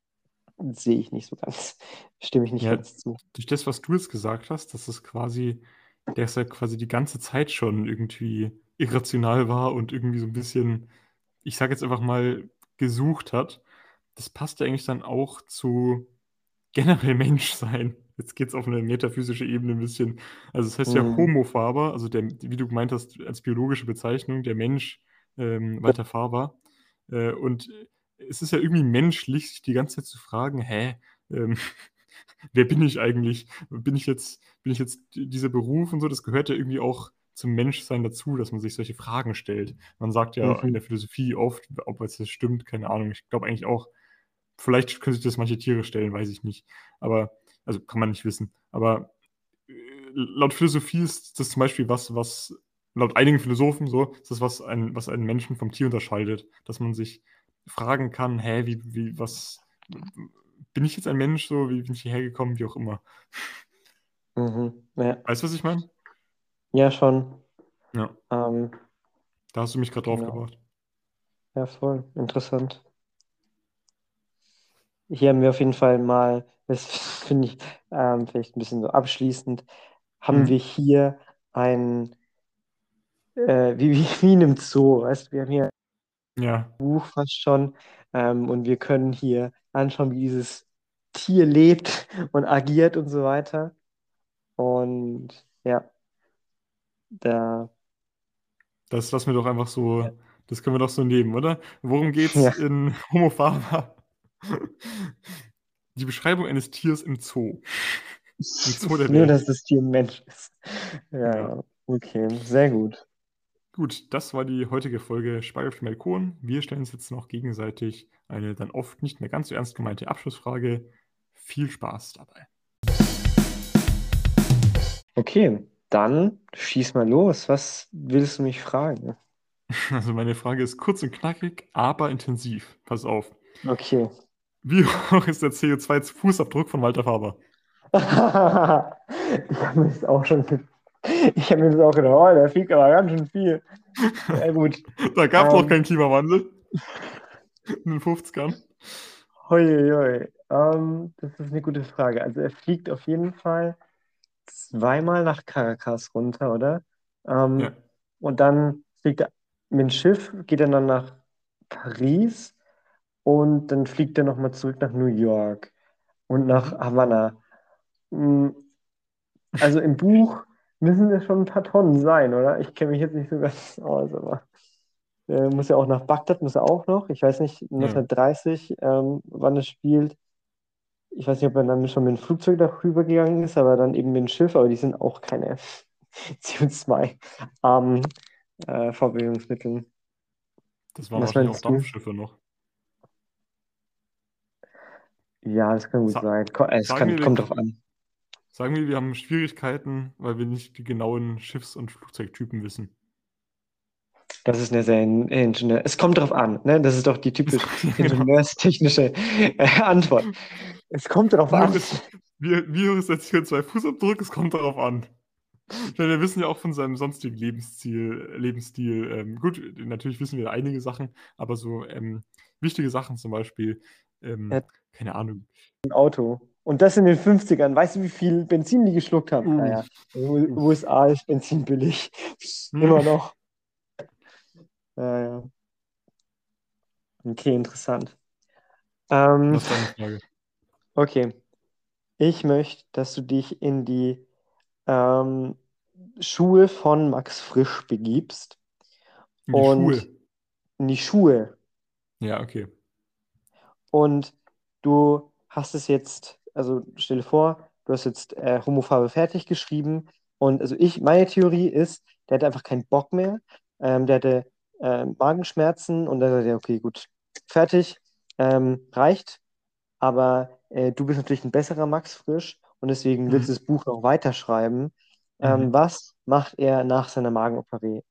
C: sehe ich nicht so ganz, stimme ich nicht
B: Ja,
C: ganz zu.
B: durch das, was du jetzt gesagt hast, dass es quasi, der ist ja quasi die ganze Zeit schon irgendwie irrational war und irgendwie so ein bisschen, ich sage jetzt einfach mal, gesucht hat. Das passt ja eigentlich dann auch zu generell Menschsein. Jetzt geht's auf eine metaphysische Ebene ein bisschen. Also, es heißt ja
C: Mhm.
B: Homo faber, also der, wie du gemeint hast, als biologische Bezeichnung, der Mensch, ähm, Walter Faber. Äh, und es ist ja irgendwie menschlich, sich die ganze Zeit zu fragen: „Hä, ähm, wer bin ich eigentlich? Bin ich jetzt bin ich jetzt d dieser Beruf und so?“ Das gehört ja irgendwie auch zum Menschsein dazu, dass man sich solche Fragen stellt. Man sagt ja in
C: Mhm.
B: der Philosophie oft, ob es das stimmt, keine Ahnung. Ich glaube eigentlich auch, vielleicht können sich das manche Tiere stellen, weiß ich nicht. Aber also, kann man nicht wissen. Aber, äh, laut Philosophie ist das zum Beispiel was, was laut einigen Philosophen so, ist das, was, ein, was einen Menschen vom Tier unterscheidet. Dass man sich fragen kann, hä, wie, wie, was, bin ich jetzt ein Mensch so, wie bin ich hierher gekommen, wie auch immer.
C: Mhm. Ja.
B: Weißt du, was ich meine?
C: Ja, schon.
B: Ja,
C: Ähm,
B: da hast du mich gerade drauf
C: genau.
B: gebracht.
C: Ja, voll. Interessant. Hier haben wir auf jeden Fall mal, das finde ich ähm, vielleicht ein bisschen so abschließend, haben wir
B: Mhm.
C: hier ein, äh, wie, wie, wie in einem Zoo, weißt du, wir haben hier
B: Ja,
C: ein Buch fast schon ähm, und wir können hier anschauen, wie dieses Tier lebt und agiert und so weiter. Und ja, da,
B: das lassen wir doch einfach
C: ja,
B: so, das können wir doch so nehmen, oder? Worum geht's
C: ja,
B: in Homo Faber? Die Beschreibung eines Tiers im Zoo. Im Zoo der
C: nur,
B: Welt.
C: dass das Tier ein Mensch ist. Ja,
B: Ja.
C: ja, okay, sehr gut.
B: Gut, das war die heutige Folge Spargel auf dem Balkon. Wir stellen uns jetzt noch gegenseitig eine dann oft nicht mehr ganz so ernst gemeinte Abschlussfrage. Viel Spaß dabei.
C: Okay, dann schieß mal los. Was willst du mich fragen?
B: Also meine Frage ist kurz und knackig, aber intensiv. Pass auf.
C: Okay.
B: Wie hoch ist der C O zwei Fußabdruck von Walter Faber?
C: Ich habe mir das auch schon, ge- ich habe mir das auch gedacht, oh, der fliegt aber ganz schön viel. Ja, gut.
B: Da gab es noch
C: Ähm,
B: keinen Klimawandel in den fünfzigern.
C: hoi, hoi, hoi. Ähm, das ist eine gute Frage. Also er fliegt auf jeden Fall zweimal nach Caracas runter, oder?
B: Ja.
C: Ähm, und dann fliegt er mit dem Schiff, geht er dann nach Paris und dann fliegt er nochmal zurück nach New York und nach
B: Mhm.
C: Havanna. Mm, Also im Buch müssen es schon ein paar Tonnen sein, oder? Ich kenne mich jetzt nicht so ganz aus, aber äh, muss ja auch nach Bagdad, muss er auch noch. Ich weiß nicht,
B: Ja.
C: neunzehnhundertdreißig, ähm, wann es spielt. Ich weiß nicht, ob er dann schon mit dem Flugzeug darüber gegangen ist, aber dann eben mit dem Schiff, aber die sind auch keine C O zwei-armen äh, Fortbewegungsmittel.
B: Das waren
C: Was
B: wahrscheinlich auch
C: meinst du?
B: Dampfschiffe noch.
C: Ja, das kann gut
B: Sa
C: sein. Ko- äh, Es
B: sagen
C: kann,
B: wir, wir,
C: kommt drauf an.
B: sagen wir, wir haben Schwierigkeiten, weil wir nicht die genauen Schiffs- und Flugzeugtypen wissen.
C: Das ist eine sehr in- Ingenieur. Es kommt drauf an, ne? Das ist doch die
B: Das,
C: typisch
B: ja, genau.
C: ingenieurstechnische äh, Antwort. Es kommt drauf
B: Wie hoch
C: an.
B: ist, wie, wie hoch ist der C O zwei Fußabdruck? Es kommt darauf an. Ich meine, wir wissen ja auch von seinem sonstigen Lebensziel, Lebensstil. Ähm, gut, natürlich wissen wir einige Sachen, aber so ähm, wichtige Sachen zum Beispiel,
C: Er
B: ähm,
C: hat
B: keine Ahnung.
C: ein Auto. Und das in den Fünfzigern. Weißt du, wie viel Benzin die geschluckt haben?
B: Uh,
C: Naja, in den
B: uh.
C: U S A ist Benzin billig.
B: Hm.
C: Immer noch. Ja, ja. Okay, interessant. Ähm,
B: Was ist deine Frage?
C: okay. Ich möchte, dass du dich in die ähm, Schuhe von Max Frisch begibst
B: In die Schuhe.
C: und in die Schuhe.
B: Ja, okay.
C: Und du hast es jetzt, also stell dir vor, du hast jetzt äh, Homofarbe fertig geschrieben. Und also ich, meine Theorie ist, der hatte einfach keinen Bock mehr. Ähm, der hatte äh, Magenschmerzen und dann sagt er, okay, gut, fertig, ähm, reicht. Aber äh, du bist natürlich ein besserer Max Frisch und deswegen willst du
B: Mhm.
C: das Buch noch weiterschreiben. Ähm,
B: Mhm.
C: was macht er nach seiner Magenoperation?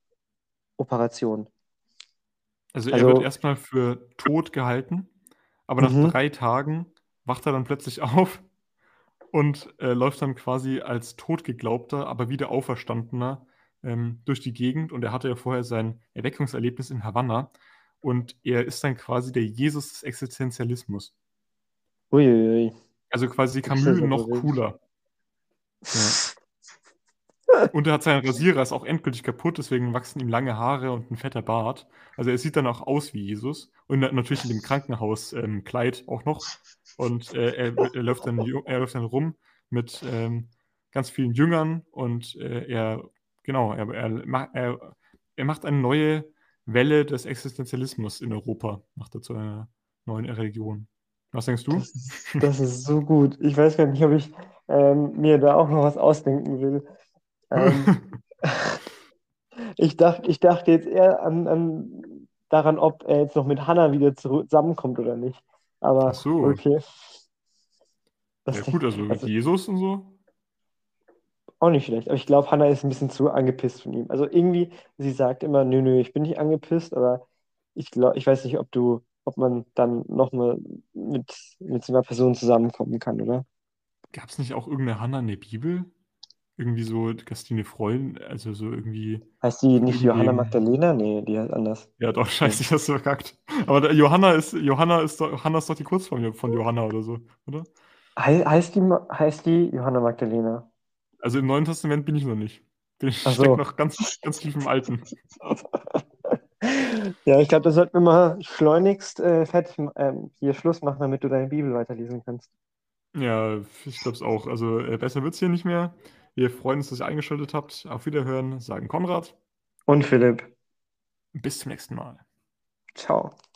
B: Also er wird
C: Also,
B: erstmal für tot gehalten, aber nach
C: mhm,
B: drei Tagen wacht er dann plötzlich auf und äh, läuft dann quasi als tot geglaubter, aber wieder auferstandener ähm, durch die Gegend. Und er hatte ja vorher sein Erweckungserlebnis in Havanna. Und er ist dann quasi der Jesus des Existenzialismus.
C: uiuiui,
B: Also quasi
C: das ist
B: Camus
C: aber
B: noch
C: wild.
B: cooler. Ja. Und er hat seinen Rasierer, ist auch endgültig kaputt, deswegen wachsen ihm lange Haare und ein fetter Bart. Also er sieht dann auch aus wie Jesus. Und na- natürlich in dem Krankenhaus ähm, Kleid auch noch. Und äh, er, er, läuft dann, ju- er läuft dann rum mit ähm, ganz vielen Jüngern und äh, er, genau, er, er, ma- er, er macht eine neue Welle des Existenzialismus in Europa, macht er zu einer neuen Religion. Was denkst du?
C: Das ist, das ist so gut. Ich weiß gar nicht, ob ich ähm, mir da auch noch was ausdenken will. Ähm, ich dachte, ich dachte jetzt eher an, an daran, ob er jetzt noch mit Hannah wieder zusammenkommt oder nicht.
B: Ach
C: Aber
B: so.
C: okay. Das,
B: Ja gut, also
C: also,
B: Jesus und so.
C: Auch nicht schlecht. Aber ich glaube, Hannah ist ein bisschen zu angepisst von ihm. Also irgendwie, sie sagt immer, nö, nö, ich bin nicht angepisst, aber ich glaube, ich weiß nicht, ob du, ob man dann nochmal mit, mit so einer Person zusammenkommen kann, oder?
B: Gab es nicht auch irgendeine Hannah in der Bibel? Irgendwie so, dass die eine Freundin, also so irgendwie
C: Heißt die
B: von
C: nicht Johanna
B: irgendwem.
C: Magdalena? Nee, die heißt anders.
B: Ja, doch,
C: Nee.
B: scheiße, ich hab's verkackt. Aber der Johanna ist, Johanna ist doch, Hannah ist doch die Kurzform von Johanna oder so, oder?
C: Hei- heißt die, Ma- heißt die Johanna Magdalena?
B: Also im Neuen Testament bin ich noch nicht. Bin ich
C: Ach
B: steck
C: so.
B: noch ganz, ganz tief im Alten.
C: Ja, ich glaube, da sollten wir mal schleunigst äh, fertig, ähm, hier Schluss machen, damit du deine Bibel weiterlesen kannst.
B: Ja, ich glaube es auch. Also äh, besser wird's hier nicht mehr. Wir freuen uns, dass ihr eingeschaltet habt. Auf Wiederhören, sagen Konrad.
C: Und Philipp,
B: Bis zum nächsten Mal.
C: ciao.